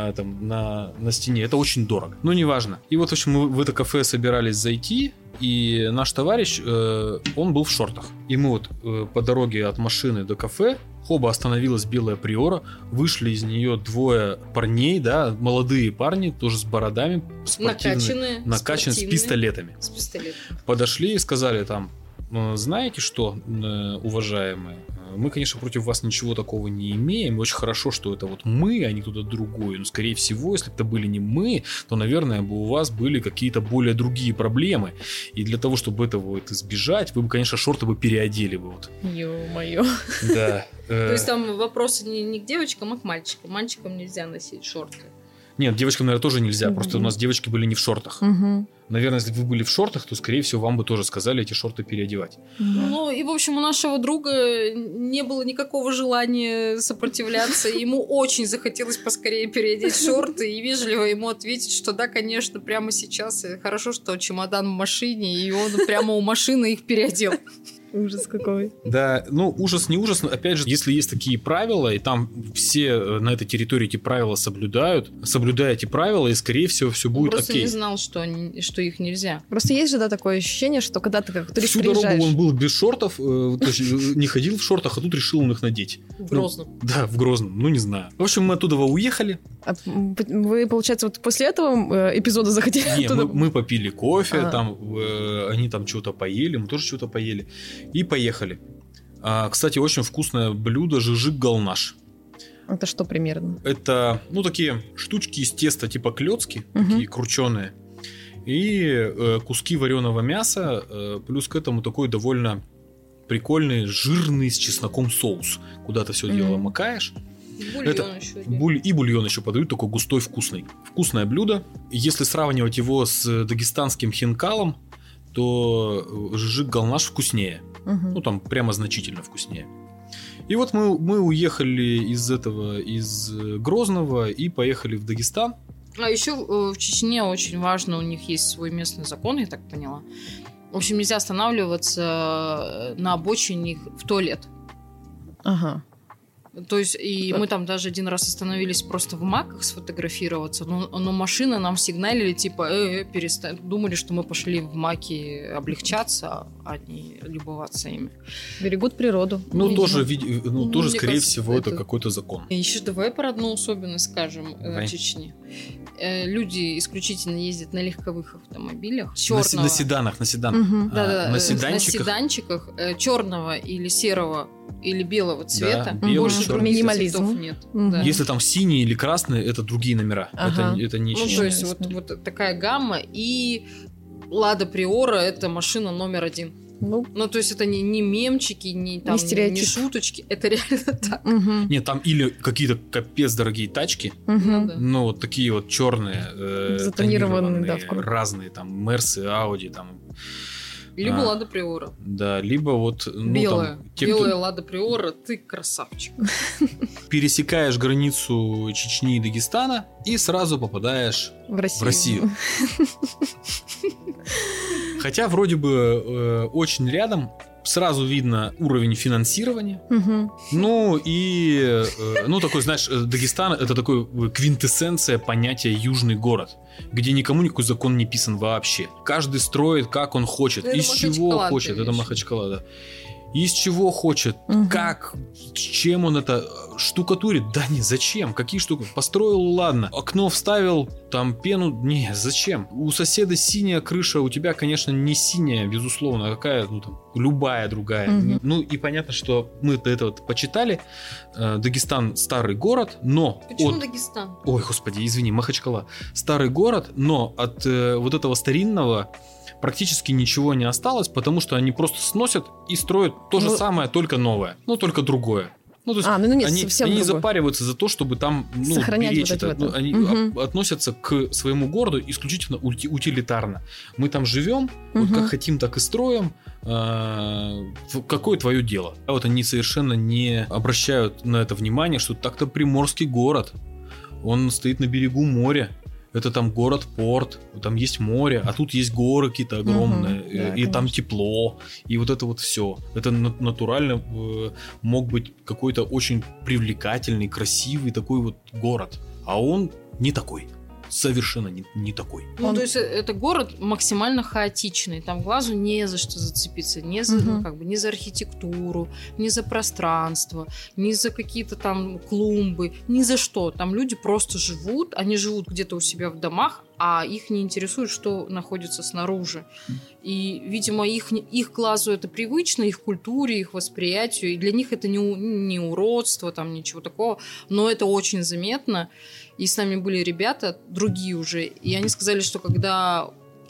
на стене, это очень дорого. Неважно. И вот, в общем, мы в это кафе собирались зайти, и наш товарищ, он был в шортах. И мы вот по дороге от машины до кафе, хоба, остановилась белая Приора, вышли из нее двое парней, да, молодые парни, тоже с бородами, спортивные, накачанные, с пистолетами. С пистолетом. Подошли и сказали там: знаете что, уважаемые, мы, конечно, против вас ничего такого не имеем, очень хорошо, что это вот мы, а не кто-то другой, но, скорее всего, если бы это были не мы, то, наверное, бы у вас были какие-то более другие проблемы, и для того, чтобы этого избежать, вы бы, конечно, шорты бы переодели бы вот. Ё-моё. Да. То есть там вопросы не к девочкам, а к мальчикам. Мальчикам нельзя носить шорты. Нет, девочкам, наверное, тоже нельзя, Мгм. просто у нас девочки были не в шортах. Мгм. Наверное, если бы вы были в шортах, то, скорее всего, вам бы тоже сказали эти шорты переодевать. И, в общем, у нашего друга не было никакого желания сопротивляться. Ему очень захотелось поскорее переодеть шорты и вежливо ему ответить, что да, конечно, прямо сейчас. Хорошо, что чемодан в машине, и он прямо у машины их переодел. Ужас какой. Да, ужас не ужас, но, опять же, если есть такие правила, и там все на этой территории эти правила соблюдая эти правила, и, скорее всего, все будет Просто окей. не знал, что их нельзя. Просто есть же, да, такое ощущение, что когда ты как турист Всю дорогу приезжаешь... он был без шортов, то есть не ходил в шортах, а тут решил он их надеть. В Грозном. Да, в Грозном, не знаю. В общем, мы оттуда уехали. Вы, получается, вот после этого эпизода захотели Не, оттуда... мы попили кофе, Ага. там они там что-то поели, мы тоже что-то поели. И поехали. Кстати, очень вкусное блюдо жижик-галнаш. Это что примерно? Это, такие штучки из теста, типа клёцки, Мгм. такие крученые. И куски вареного мяса, плюс к этому такой довольно прикольный, жирный с чесноком соус. Куда ты все дело Мгм. макаешь. Бульон Это еще. И бульон еще подают, такой густой, вкусный. Вкусное блюдо. Если сравнивать его с дагестанским хинкалом, то жижик-галнаш вкуснее. Мгм. Там прямо значительно вкуснее. И вот мы уехали из Грозного и поехали в Дагестан. А еще в Чечне очень важно, у них есть свой местный закон, я так поняла. В общем, нельзя останавливаться на обочине в туалет. Ага. То есть, и мы там даже один раз остановились просто в Маках сфотографироваться, но машины нам сигналили, типа, перестань. Думали, что мы пошли в Маки облегчаться, а не любоваться ими. Берегут природу. Тоже, Мне скорее кажется, всего, это это- какой-то закон. Еще давай про одну особенность скажем Давай. в Чечне. Люди исключительно ездят на легковых автомобилях. На Черного. седанах. Мгм. Да-да, на на седанчиках. седанчиках черного или серого или белого цвета. белый, Больше черный. других Минимализм. цветов нет. Мгм. Да. Если там синие или красные, это другие номера. Ага. Это не Ну, Чечня. то есть Ясно. вот такая гамма. И Лада Приора — это машина номер 1. Ну, то есть это не мемчики, не стереотип. шуточки, это реально так. Мгм. Нет, там или какие-то капец дорогие тачки, Мгм. Да. ну, вот такие вот черные, Затонированные, да, в круг. разные, там, Мерсы, Ауди, там, Либо А. Лада Приора. да, либо вот, ну, Белая. там, те, Белая кто Лада Приора, ты красавчик. пересекаешь границу Чечни и Дагестана и сразу попадаешь В Россию. в Россию. Хотя вроде бы очень рядом, сразу видно уровень финансирования. Мгм. Ну и, такой, знаешь, Дагестан — это такой квинтэссенция понятия «южный город», где никому никакой закон не писан вообще. Каждый строит, как он хочет, Это из чего Махачкала, хочет. ты Это видишь. Махачкала, да. Из чего хочет, Мгм. как, с чем он это штукатурит? Да не, зачем? Какие штуки? Построил, ладно. Окно вставил, там пену, не, зачем? У соседа синяя крыша, у тебя, конечно, не синяя, безусловно, а какая, ну там, любая другая. Мгм. Ну и понятно, что мы это вот почитали. Дагестан старый город, но Почему от... Дагестан? Ой, господи, извини, Махачкала. Старый город, но от вот этого старинного практически ничего не осталось, потому что они просто сносят и строят то же Ну, самое, только новое, но только другое. Ну, то есть нет, они совсем не другое. запариваются за то, чтобы там Сохранять беречь вот эти это. вот, да. Они Мгм. относятся к своему городу исключительно утилитарно. Мы там живем, вот Мгм. как хотим, так и строим. Какое твое дело? А вот они совершенно не обращают на это внимание, что так-то приморский город. Он стоит на берегу моря. Это там город-порт, там есть море, а тут есть горы какие-то огромные, Мгм, да, и там конечно. тепло, и вот это вот все. Это натурально мог быть какой-то очень привлекательный, красивый такой вот город. А он не такой. Совершенно не такой. Он- То есть это город максимально хаотичный. Там глазу не за что зацепиться. Не за, Мгм. не за архитектуру, не за пространство, не за какие-то там клумбы, ни за что. Там люди просто живут. Они живут где-то у себя в домах, а их не интересует, что находится снаружи. И, видимо, их глазу это привычно, их культуре, их восприятию. И для них это не уродство, там ничего такого. Но это очень заметно. И с нами были ребята, другие уже, и они сказали, что когда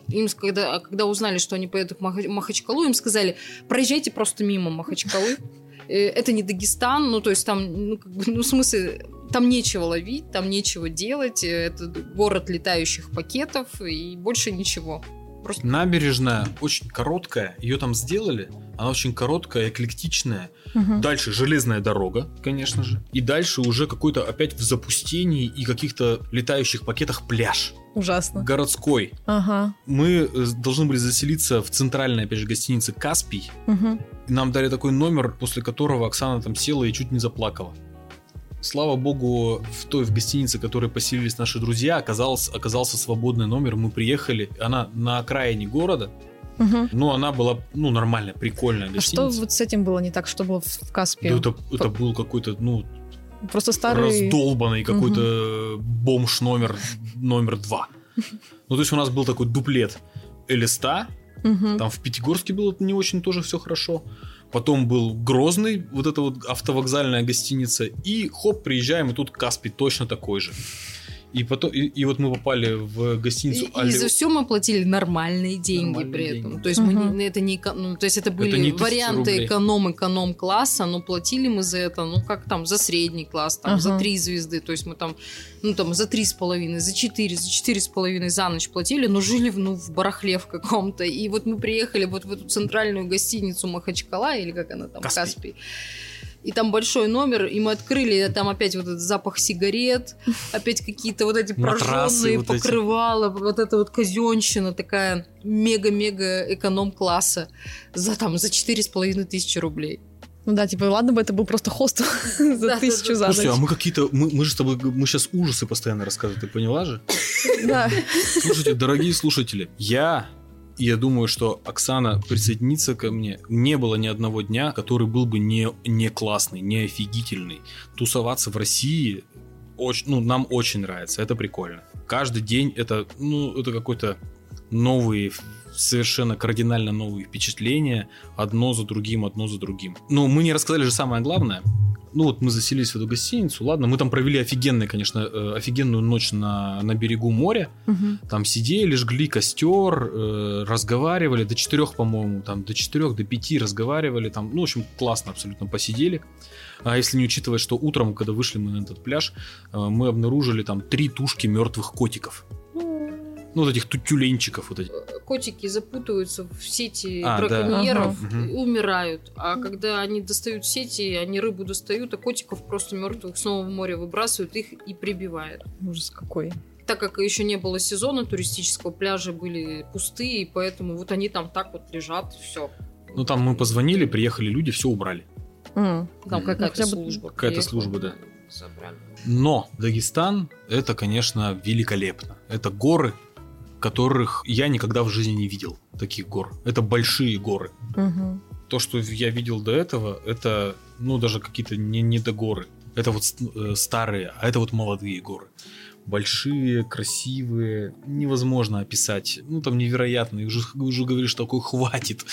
узнали, что они поедут в Махачкалу, им сказали, проезжайте просто мимо Махачкалы. Это не Дагестан, ну, то есть там, в смысле, там нечего ловить, там нечего делать, это город летающих пакетов и больше ничего. Просто Набережная очень короткая, ее там сделали, она очень короткая, эклектичная. Мгм. Дальше железная дорога, конечно же. И дальше уже какой-то опять в запустении и каких-то летающих пакетах пляж. Ужасно. Городской. Ага. Мы должны были заселиться в центральной, опять же, гостинице «Каспий». Мгм. И нам дали такой номер, после которого Оксана там села и чуть не заплакала. Слава богу, в гостинице, в которой поселились наши друзья, оказался свободный номер. Мы приехали, она на окраине города, Мгм. но она была, нормальная, прикольная А гостиница. что вот с этим было не так, что было в Каспии? Да это был какой-то, Просто старый... раздолбанный какой-то бомж номер 2. Ну, то есть у нас был такой дуплет Элиста, Мгм. там в Пятигорске было не очень тоже все хорошо. Потом был Грозный, вот эта вот автовокзальная гостиница. И хоп, приезжаем, и тут Каспий точно такой же. И потом, и вот мы попали в гостиницу и за все мы платили нормальные деньги Нормальные при этом. деньги. То есть Мгм. мы это не то есть это были не 1000 варианты рублей. эконом класса, но платили мы за это, как там за средний класс, там за Ага. 3 звезды, то есть мы там за 3,5, за 4, за 4,5 за ночь платили, но жили в барахле в каком-то. И вот мы приехали вот в эту центральную гостиницу Махачкала, или как она там, Каспий. Каспий. И там большой номер, и мы открыли, и там опять вот этот запах сигарет, опять какие-то вот эти Матрасы прожженные вот эти. покрывала, вот эта вот казенщина такая мега-мега эконом-класса за 4,5 тысячи рублей. Ну да, типа, ладно бы это был просто хостел за Да, 1000 да, за Слушайте, а ночь. мы же с тобой, мы сейчас ужасы постоянно рассказываем, ты поняла же? Да. Слушайте, дорогие слушатели, я думаю, что Оксана присоединится ко мне. Не было ни одного дня, который был бы не классный, не офигительный. Тусоваться в России нам очень нравится, это прикольно. Каждый день это какой-то новый, совершенно кардинально новые впечатления, одно за другим. Но мы не рассказали же самое главное. ну вот мы заселились в эту гостиницу, ладно, мы там провели офигенную ночь на берегу моря, там сидели, жгли костер, разговаривали до 4, по-моему, там до 4, до 5 разговаривали, там, ну, в общем, классно абсолютно посидели. А если не учитывать, что утром, когда вышли мы на этот пляж, мы обнаружили там 3 тушки мертвых котиков. Ну, вот этих тюленчиков. Вот этих. Котики запутываются в сети браконьеров и умирают. А когда они достают сети, они рыбу достают, а котиков просто мертвых снова в море выбрасывают, их и прибивают. Ужас какой. Так как еще не было сезона туристического, пляжи были пустые, поэтому вот они там так вот лежат, все. Ну, там мы позвонили, приехали люди, все убрали. Там какая-то служба. Какая-то служба, да. Забрали. Но Дагестан, это, конечно, великолепно. Это горы, которых я никогда в жизни не видел, таких гор. Это большие горы. То, что я видел до этого, это, ну, даже какие-то не до горы. Это вот старые, а это вот молодые горы. Большие, красивые, невозможно описать. Ну, там невероятно. И уже говоришь, такой хватит.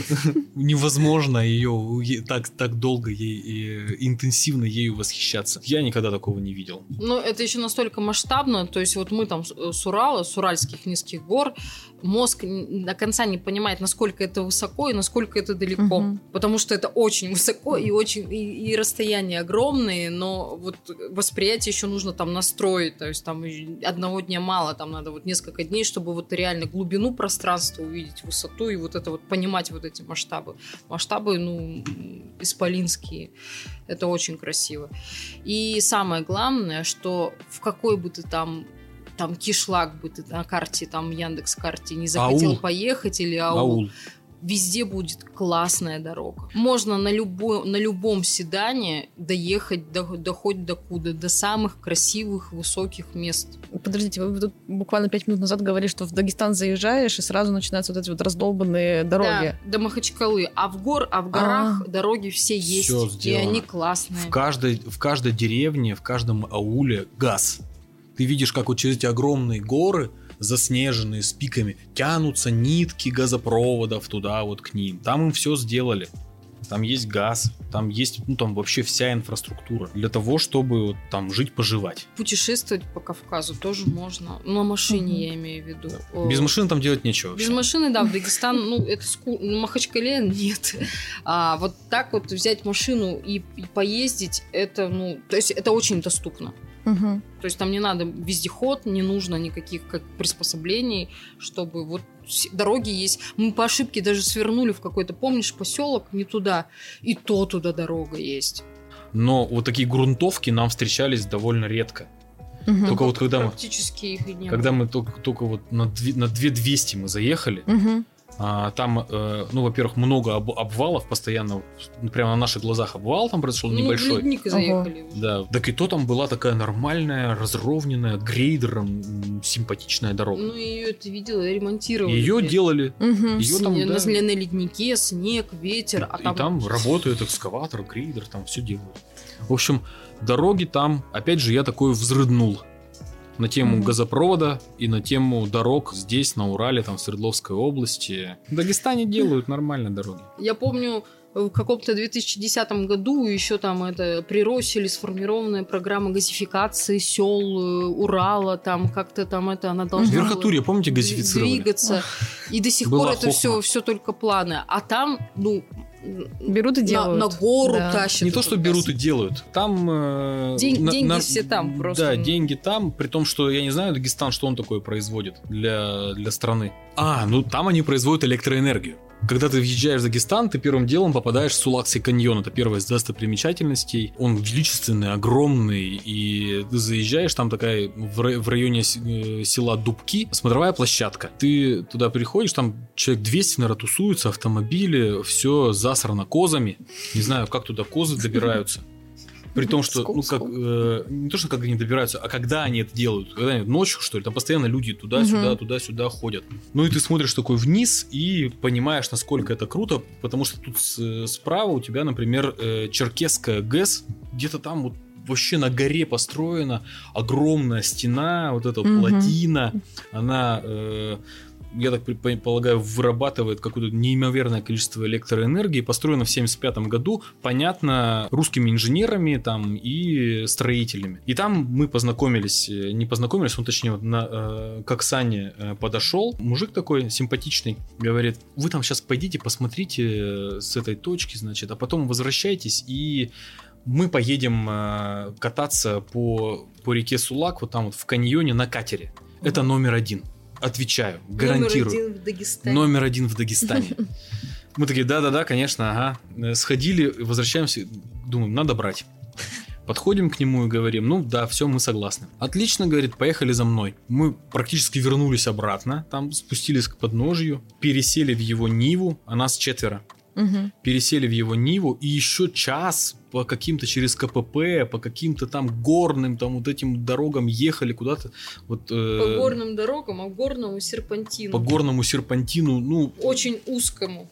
Невозможно ее так долго и интенсивно ею восхищаться. Я никогда такого не видел. Ну, это еще настолько масштабно. То есть, вот мы там с Урала, с уральских низких гор, мозг до конца не понимает, насколько это высоко и насколько это далеко. Потому что это очень высоко и расстояния огромные, но вот восприятие еще нужно там настроить. То есть там одного дня мало, там надо вот несколько дней, чтобы вот реально глубину пространства увидеть, высоту и вот это вот понимать вот эти масштабы. Масштабы, ну, исполинские. Это очень красиво. И самое главное, что в какой бы ты там кишлак бы ты на карте, там Яндекс.Карте не захотел поехать или аул. Везде будет классная дорога. Можно на любом седане доехать хоть до куда, до самых красивых, высоких мест. Подождите, вы тут буквально 5 минут назад говорили, что в Дагестан заезжаешь, и сразу начинаются вот эти вот раздолбанные дороги. Да, до Махачкалы. А в горах дороги все есть, и они классные. В каждой деревне, в каждом ауле газ. Ты видишь, как вот через эти огромные горы, заснеженные, с пиками, тянутся нитки газопроводов туда вот к ним. Там им все сделали. Там есть газ, там есть, ну, там вообще вся инфраструктура для того, чтобы вот там жить, поживать. Путешествовать по Кавказу тоже можно. На машине я имею в виду. Без машины там делать нечего вообще. Без машины, да, в Дагестан, ну, это в Махачкале нет. А вот так вот взять машину и поездить, это, ну, то есть это очень доступно. То есть там не надо вездеход, не нужно никаких приспособлений, чтобы вот дороги есть. Мы по ошибке даже свернули в какой-то, помнишь, поселок не туда, и то туда дорога есть. Но вот такие грунтовки нам встречались довольно редко. Только вот когда практически их и не было. Когда мы только вот на 2200 мы заехали, там, ну, во-первых, много обвалов постоянно, прямо на наших глазах обвал там произошел небольшой. В ледник заехали. Да, так и то там была такая нормальная, разровненная, грейдером симпатичная дорога. Ну, ее ты видела, ремонтировали. Ее делали. Ее там, да, на леднике, снег, ветер. И там работает экскаватор, грейдер, там все делают. В общем, дороги там, опять же, я такой взрыднул. На тему газопровода и на тему дорог здесь, на Урале, там в Свердловской области. В Дагестане делают нормально дороги. Я помню, в каком-то 2010 году еще там это при Росселе сформированная программа газификации сел Урала, там как-то там это она должна в Верхотурье, помните, газифицировали? Двигаться. И до сих пор это все только планы. А там, ну, берут и делают. На гору тащат. Не то, что берут и делают. Там... деньги все там просто. Да, деньги там, при том, что я не знаю, Дагестан, что он такое производит для страны. Ну там они производят электроэнергию. Когда ты въезжаешь в Дагестан, ты первым делом попадаешь в Сулакский каньон. Это первая из достопримечательностей. Он величественный, огромный. И ты заезжаешь, там такая в районе села Дубки смотровая площадка. Ты туда приходишь, там человек 200, наверное, тусуются, автомобили, все засрано козами. Не знаю, как туда козы добираются. При том, что, не то, что как они добираются, а когда они это делают. Когда они ночью, что ли, там постоянно люди туда-сюда ходят. Ну и ты смотришь такой вниз и понимаешь, насколько это круто, потому что тут справа у тебя, например, Черкесская ГЭС, где-то там вот вообще на горе построена огромная стена, вот эта плотина, она я так полагаю, вырабатывает какое-то неимоверное количество электроэнергии, построена в 1975 году, понятно, русскими инженерами там и строителями. И там мы он точнее к Оксане подошел, мужик такой симпатичный, говорит, вы там сейчас пойдите, посмотрите с этой точки, значит, а потом возвращайтесь, и мы поедем кататься по реке Сулак, вот там вот в каньоне на катере. Это номер 1. Отвечаю, гарантирую. Номер 1 в Дагестане. Мы такие, да, конечно, ага. Сходили, возвращаемся, думаем, надо брать. Подходим к нему и говорим, ну да, все, мы согласны. Отлично, говорит, поехали за мной. Мы практически вернулись обратно, там спустились к подножью, пересели в его Ниву, а нас 4. Пересели в его Ниву и еще час по каким-то через КПП, по каким-то там горным там вот этим дорогам ехали куда-то. Вот, по горным дорогам, а горному серпантину. По горному серпантину, ну... Очень узкому.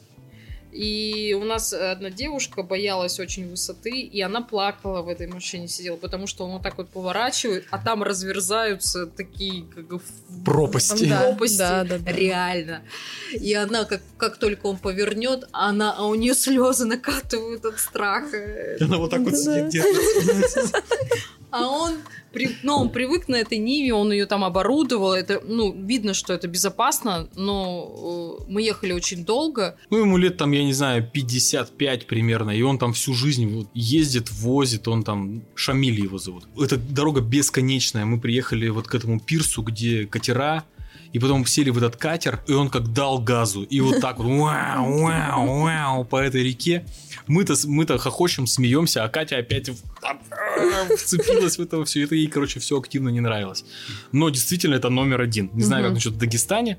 И у нас одна девушка боялась очень высоты, и она плакала в этой машине, сидела, потому что он вот так вот поворачивает, а там разверзаются такие как пропасти. Да. Реально. И она, как только он повернет, а у нее слезы накатывают от страха. И она вот так вот сидит, держится. А он привык на этой Ниве, он ее там оборудовал. Это, видно, что это безопасно, но мы ехали очень долго. Ему лет там, я не знаю, 55 примерно, и он там всю жизнь вот ездит, возит, он там, Шамиль его зовут. Эта дорога бесконечная, мы приехали вот к этому пирсу, где катера, и потом сели в этот катер, и он как дал газу, и вот так вот вау, по этой реке. Мы-то хохочем, смеемся, а Катя опять вцепилась в это все. Это ей, короче, все активно не нравилось. Но действительно это номер 1. Не знаю, как насчет в Дагестане,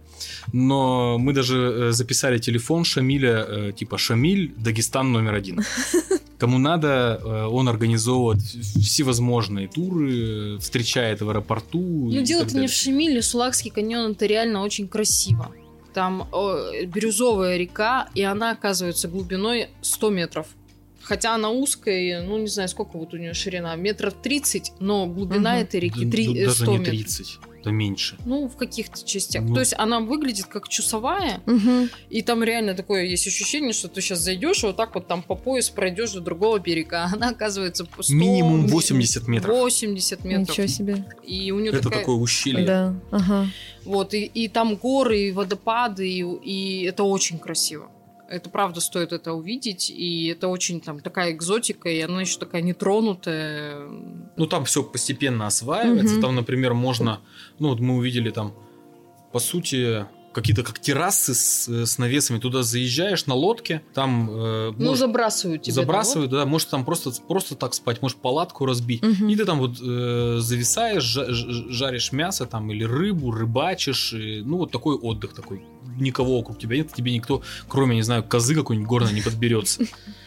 но мы даже записали телефон Шамиля, типа Шамиль, Дагестан номер 1. Кому надо, он организовывает всевозможные туры, встречает в аэропорту. Ну, дело-то не в Шамиле, Сулакский каньон, это реально очень красиво. Там бирюзовая река, и она оказывается глубиной 100 метров. Хотя она узкая, не знаю, сколько вот у нее ширина, 30 метров, но глубина этой реки 100 метров. Даже не 30, это меньше. В каких-то частях. То есть она выглядит как часовая, и там реально такое есть ощущение, что ты сейчас зайдешь, и вот так вот там по пояс пройдешь до другого берега. Она оказывается 100, минимум 80 метров. 80 метров. Ничего себе. И у нее это такое ущелье. Да, ага. Вот, и там горы, и водопады, и это очень красиво. Это правда стоит это увидеть, и это очень там такая экзотика, и она еще такая нетронутая. Там все постепенно осваивается. Там, например, можно, вот мы увидели там, по сути, какие-то как террасы с навесами. Туда заезжаешь на лодке, там... забрасывают тебя. Забрасывают, да, может там просто так спать, может палатку разбить. И ты там вот зависаешь, жаришь мясо там или рыбу, рыбачишь. Вот такой отдых такой. Никого вокруг тебя нет, тебе никто, кроме, не знаю, козы какой-нибудь горной не подберется.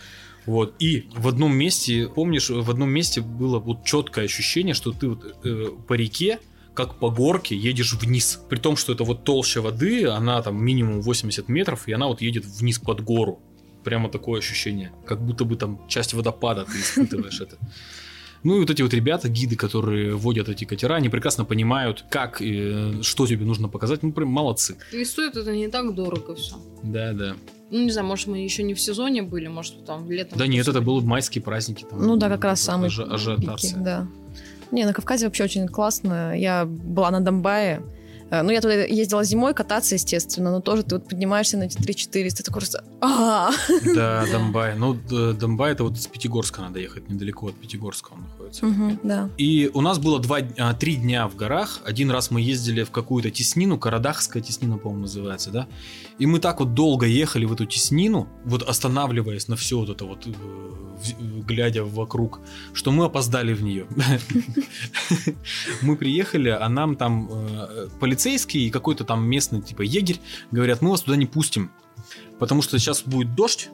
Вот. И в одном месте, помнишь, было вот четкое ощущение, что ты вот по реке, как по горке, едешь вниз. При том, что это вот толща воды, она там минимум 80 метров, и она вот едет вниз под гору. Прямо такое ощущение. Как будто бы там часть водопада ты испытываешь это. И вот эти вот ребята, гиды, которые водят эти катера, они прекрасно понимают, как и что тебе нужно показать. Прям молодцы. И стоит это не так дорого все. Да. Не знаю, может, мы еще не в сезоне были, может, там летом. Да нет, это были майские праздники. Там, как раз самые ажиотация. Да. На Кавказе вообще очень классно. Я была на Домбае. Я туда ездила зимой кататься, естественно, но тоже ты вот поднимаешься на эти 3400, ты такой просто... Да, Домбай. Домбай это вот с Пятигорска надо ехать, недалеко от Пятигорска он находится. Да. И у нас было 3 дня в горах. Один раз мы ездили в какую-то теснину, Карадахская теснина, по-моему, называется, да? И мы так вот долго ехали в эту теснину, вот останавливаясь на все вот это вот, глядя вокруг, что мы опоздали в нее. Мы приехали, а нам там полицейский и какой-то там местный типа егерь говорят, мы вас туда не пустим, потому что сейчас будет дождь,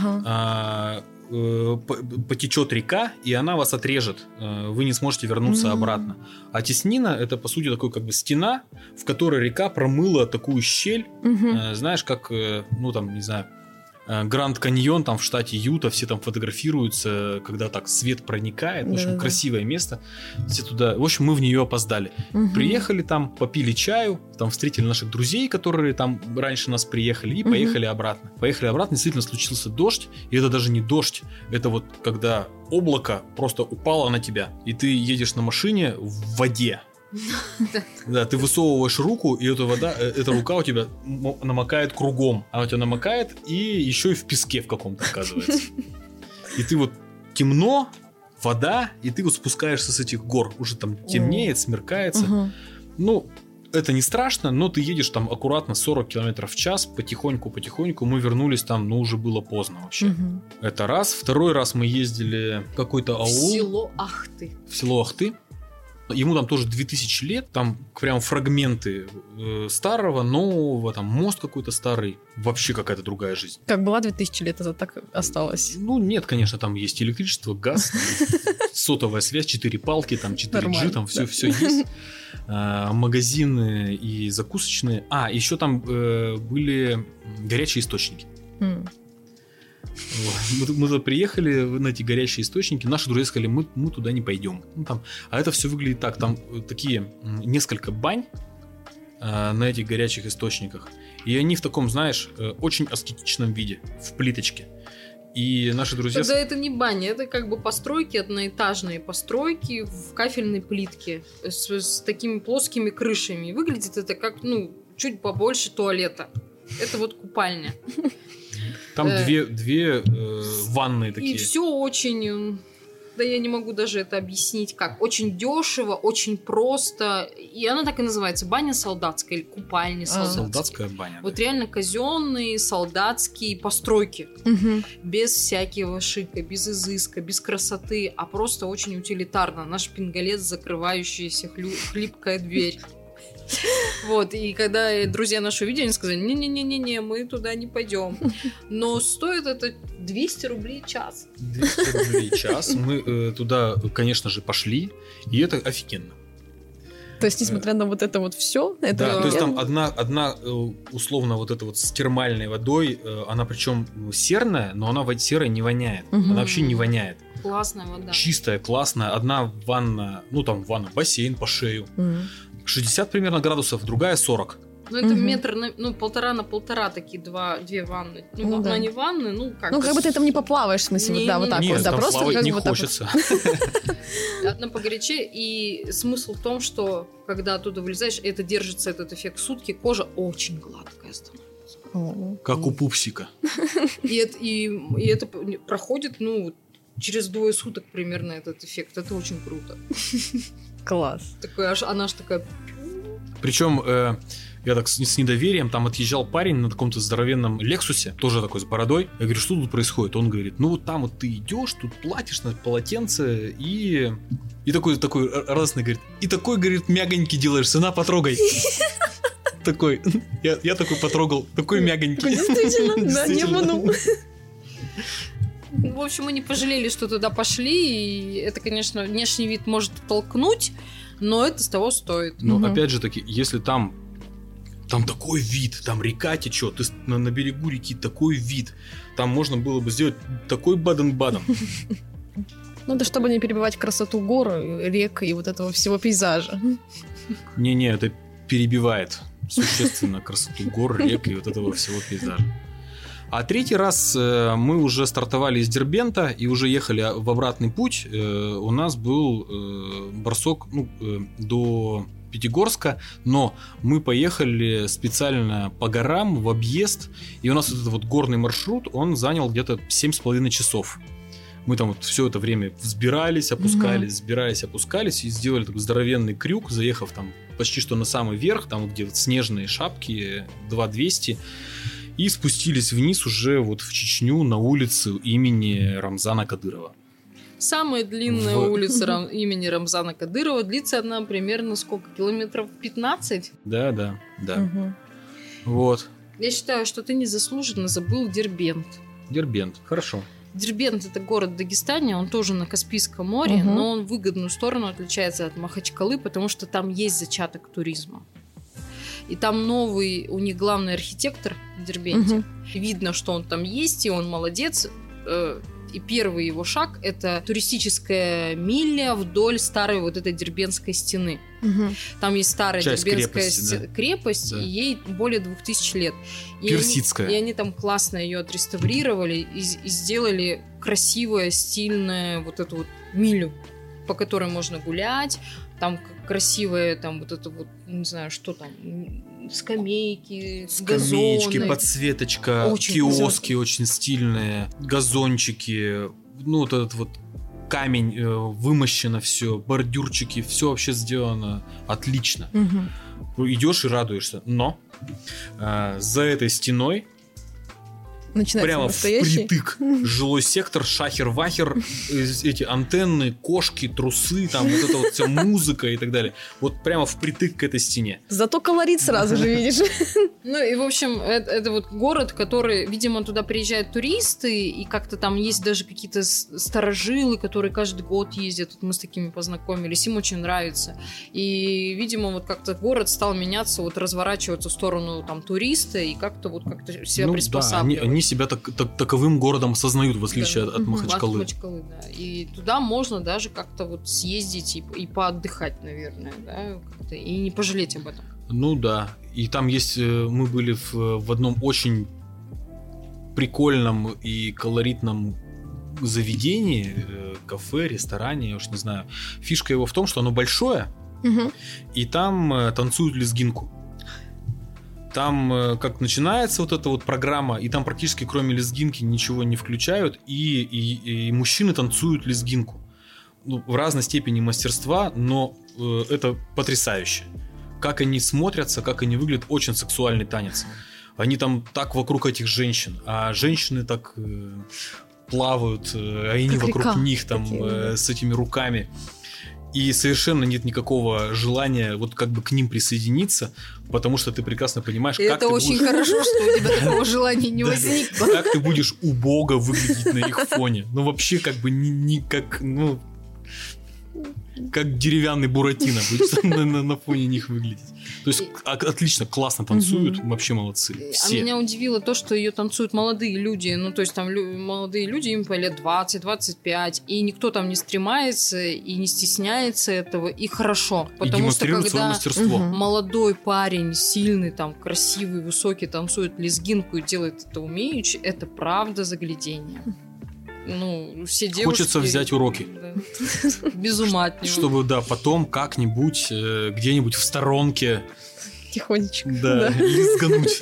потечет река, и она вас отрежет, вы не сможете вернуться обратно. А теснина это по сути такой как бы стена, в которой река промыла такую щель, знаешь, как, не знаю, Гранд Каньон, там в штате Юта, все там фотографируются, когда так свет проникает. В общем, красивое место. Все туда... В общем, мы в нее опоздали. Приехали там, попили чаю, там встретили наших друзей, которые там раньше нас приехали, и поехали обратно. Поехали обратно, действительно случился дождь, и это даже не дождь, это вот когда облако просто упало на тебя, и ты едешь на машине в воде. Да, ты высовываешь руку, и эта рука у тебя намокает кругом. Она у тебя намокает, и еще и в песке в каком-то оказывается. И ты вот темно, вода, и ты вот спускаешься с этих гор. Уже там темнеет, смеркается. Ну, это не страшно, но ты едешь там аккуратно 40 км в час, потихоньку. Мы вернулись там, но уже было поздно вообще. Это раз. Второй раз мы ездили в какой-то аул. В село Ахты. Ему там тоже 2000 лет, там прям фрагменты старого, нового, там мост какой-то старый, вообще какая-то другая жизнь. Как была 2000 лет, это так осталось? Ну, нет, конечно, там есть электричество, газ, сотовая связь, 4 палки, там 4G, там все есть. Магазины и закусочные. Еще там были горячие источники. Мы туда приехали на эти горячие источники. Наши друзья сказали, мы туда не пойдем. А это все выглядит так. Там такие несколько бань на этих горячих источниках. И они в таком, знаешь, очень аскетичном виде, в плиточке. И наши друзья... Тогда это не баня, это как бы постройки, одноэтажные постройки в кафельной плитке с такими плоскими крышами. И выглядит это как, чуть побольше туалета. Это вот купальня. Там две ванные такие. И все очень... Да я не могу даже это объяснить как. Очень дешево, очень просто. И она так и называется. Баня солдатская или купальня солдатская. Солдатская баня. Вот реально казенные солдатские постройки. Без всякого шика, без изыска, без красоты. А просто очень утилитарно. Наш пингалет, закрывающаяся хлипкая дверь. Вот, и когда друзья наши увидели, они сказали, не-не-не-не, мы туда не пойдем. Но стоит это 200 рублей в час. 200 рублей в час. Мы туда, конечно же, пошли, и это офигенно. То есть, несмотря на вот это вот все, это... Да, то есть там одна условно вот эта вот с термальной водой, она причем серная, но она серой не воняет. Она вообще не воняет. Классная вода. Чистая, классная. Одна ванна, ванна, бассейн по шею. 60 примерно градусов, другая 40. Ну, это метр, полтора на полтора такие две ванны. Одна не ванны, как... как бы ты там не поплаваешь, в смысле, вот так нет, вот. Да, там просто плавать как не бы хочется. Одна погорячее, и смысл в том, что когда оттуда вылезаешь, это держится, этот эффект сутки, кожа очень гладкая становится. Как у пупсика. И это проходит, через 2 суток примерно этот эффект. Это очень круто. Класс. Она ж такая... Причем я так с недоверием, там отъезжал парень на каком-то здоровенном Лексусе, тоже такой с бородой. Я говорю, что тут происходит? Он говорит, вот там вот ты идешь, тут платишь на полотенце и такой радостный, говорит, и такой, говорит, мягонький делаешься, на, потрогай. Такой, я такой потрогал, такой мягонький. Действительно, да, не обманул. В общем, мы не пожалели, что туда пошли. И это, конечно, внешний вид может толкнуть, но это с того стоит. Но опять же таки, если там такой вид, там река течет, на берегу реки такой вид, там можно было бы сделать такой Баден-Баден. Да чтобы не перебивать красоту гор, рек и вот этого всего пейзажа. Не-не, это перебивает существенно красоту гор, рек и вот этого всего пейзажа. А третий раз мы уже стартовали из Дербента и уже ехали в обратный путь. У нас был бросок до Пятигорска, но мы поехали специально по горам в объезд, и у нас этот вот горный маршрут, он занял где-то 7,5 часов. Мы там вот все это время взбирались, опускались, и сделали такой здоровенный крюк, заехав там почти что на самый верх, там где вот снежные шапки, 2200, и спустились вниз уже вот в Чечню на улицу имени Рамзана Кадырова. Самая длинная улица имени Рамзана Кадырова. Длится она примерно сколько? Километров 15? Да. Вот. Я считаю, что ты незаслуженно забыл Дербент. Дербент, хорошо. Дербент — это город в Дагестане, он тоже на Каспийском море, но он в выгодную сторону отличается от Махачкалы, потому что там есть зачаток туризма. И там новый, у них главный архитектор в Дербенте. Видно, что он там есть, и он молодец. И первый его шаг – это туристическая миля вдоль старой вот этой Дербентской стены. Там есть старая часть Дербентская крепость, да. И ей более 2000 лет. Персидская. И они там классно ее отреставрировали и сделали красивое, стильное вот эту вот милю, по которой можно гулять. Там красивое, там вот это вот, не знаю, что там, скамейки, газоны. подсветочка, очень киоски очень стильные, газончики, ну вот этот вот камень, вымощено все, бордюрчики, все вообще сделано отлично. Идешь и радуешься, но за этой стеной начинается прямо настоящий. впритык жилой сектор, шахер-вахер, эти антенны, кошки, трусы, там вот эта вот вся музыка и так далее. Вот прямо впритык к этой стене. Зато колорит сразу же видишь. Ну и, в общем, это вот город, который, видимо, туда приезжают туристы, и как-то там есть даже какие-то старожилы, которые каждый год ездят. Вот мы с такими познакомились, им очень нравится. И, видимо, вот как-то город стал меняться, вот разворачиваться в сторону там туриста и как-то себя приспосабливать. Да, они себя таковым городом осознают, в отличие от Махачкалы. От Махачкалы, да. И туда можно даже как-то вот съездить и поотдыхать, наверное, да, как-то, и не пожалеть об этом. Ну да, и там есть, мы были в одном очень прикольном и колоритном заведении, кафе, ресторане, я уж не знаю. Фишка его в том, что оно большое, и там танцуют лезгинку. Там как начинается вот эта вот программа, и там практически кроме лезгинки ничего не включают, и мужчины танцуют лезгинку. Ну, в разной степени мастерства, но это потрясающе. Как они смотрятся, как они выглядят, очень сексуальный танец. Они там так вокруг этих женщин, а женщины так плавают, а они как вокруг них там с этими руками. И совершенно нет никакого желания вот как бы к ним присоединиться, потому что ты прекрасно понимаешь, и как это ты очень будешь... хорошо, что у тебя такого желания не возникло. Как ты будешь убого выглядеть на их фоне. Ну вообще как бы не как, ну... Как деревянный Буратино будет на фоне них выглядеть. То есть отлично, классно танцуют, вообще молодцы. Все. А меня удивило то, что ее танцуют молодые люди. Ну, то есть там молодые люди, им по лет 20-25, и никто там не стремается и не стесняется этого, и хорошо. Потому что когда мастерство. молодой парень, сильный, там, красивый, высокий, танцует лезгинку и делает это умеючи, это правда заглядение. Ну, все девушки... Хочется взять уроки. Да. Без ума от него. Чтобы, да, потом как-нибудь, где-нибудь в сторонке... Тихонечко. Да, лизгануть.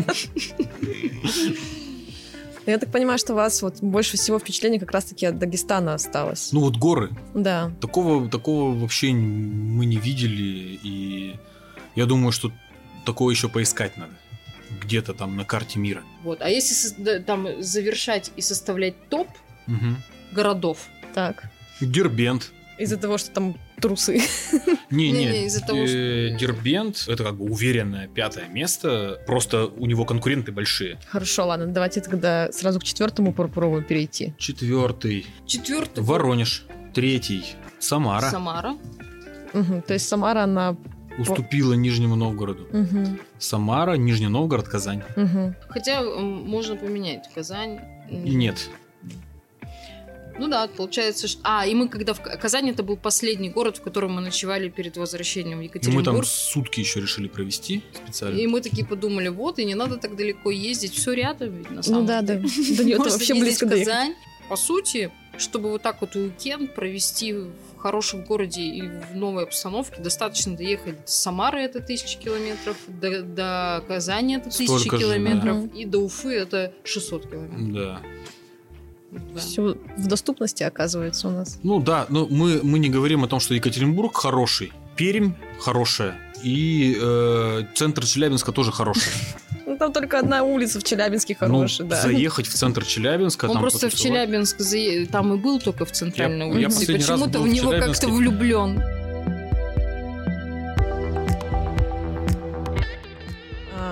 Я так понимаю, что у вас вот больше всего впечатлений как раз-таки от Дагестана осталось. Ну вот горы. Да. Такого вообще мы не видели, и я думаю, что такое еще поискать надо. Где-то там на карте мира. Вот. А если там завершать и составлять топ городов? Так. Дербент. Из-за того, что там трусы. Не, из-за того, что... Дербент — это как бы уверенное 5-е место. Просто у него конкуренты большие. Хорошо, ладно, давайте тогда сразу к 4-му попробуем перейти. 4-й. 4-й. Воронеж. 3-й. Самара. То есть Самара, она... Уступила Нижнему Новгороду. Самара, Нижний Новгород, Казань. Хотя можно поменять Казань. И нет. Ну да, получается, что... и мы когда в Казани, это был последний город, в котором мы ночевали перед возвращением в Екатеринбург. И мы там сутки еще решили провести специально. И мы такие подумали, вот, и не надо так далеко ездить, все рядом, ведь на самом деле. Да. До нее вообще близко доехать. Казань. По сути, чтобы вот так вот уикенд провести в хорошем городе и в новой обстановке, достаточно доехать до Самары, это 1000 километров, до Казани это 1000 километров, и до Уфы это 600 километров. Да. Все в доступности оказывается у нас. Ну да, но мы не говорим о том, что Екатеринбург хороший, Пермь хорошая, и центр Челябинска тоже хороший. Ну, там только одна улица в Челябинске хорошая, да. Заехать в центр Челябинска... Он просто в Челябинск, там и был только в центральной улице, и почему-то в него как-то влюблен.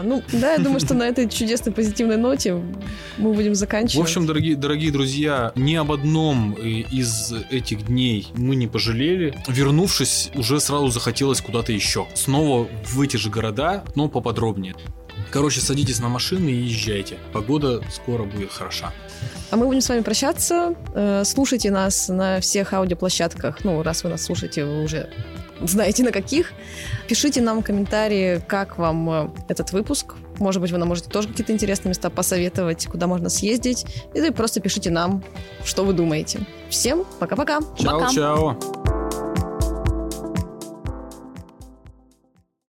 Я думаю, что на этой чудесной позитивной ноте мы будем заканчивать. В общем, дорогие друзья, ни об одном из этих дней мы не пожалели. Вернувшись, уже сразу захотелось куда-то еще. Снова в эти же города, но поподробнее. Короче, садитесь на машины и езжайте. Погода скоро будет хороша. А мы будем с вами прощаться. Слушайте нас на всех аудиоплощадках. Раз вы нас слушаете, вы уже знаете на каких. Пишите нам комментарии, как вам этот выпуск. Может быть, вы нам можете тоже какие-то интересные места посоветовать, куда можно съездить. И просто пишите нам, что вы думаете. Всем пока-пока. Чао-чао.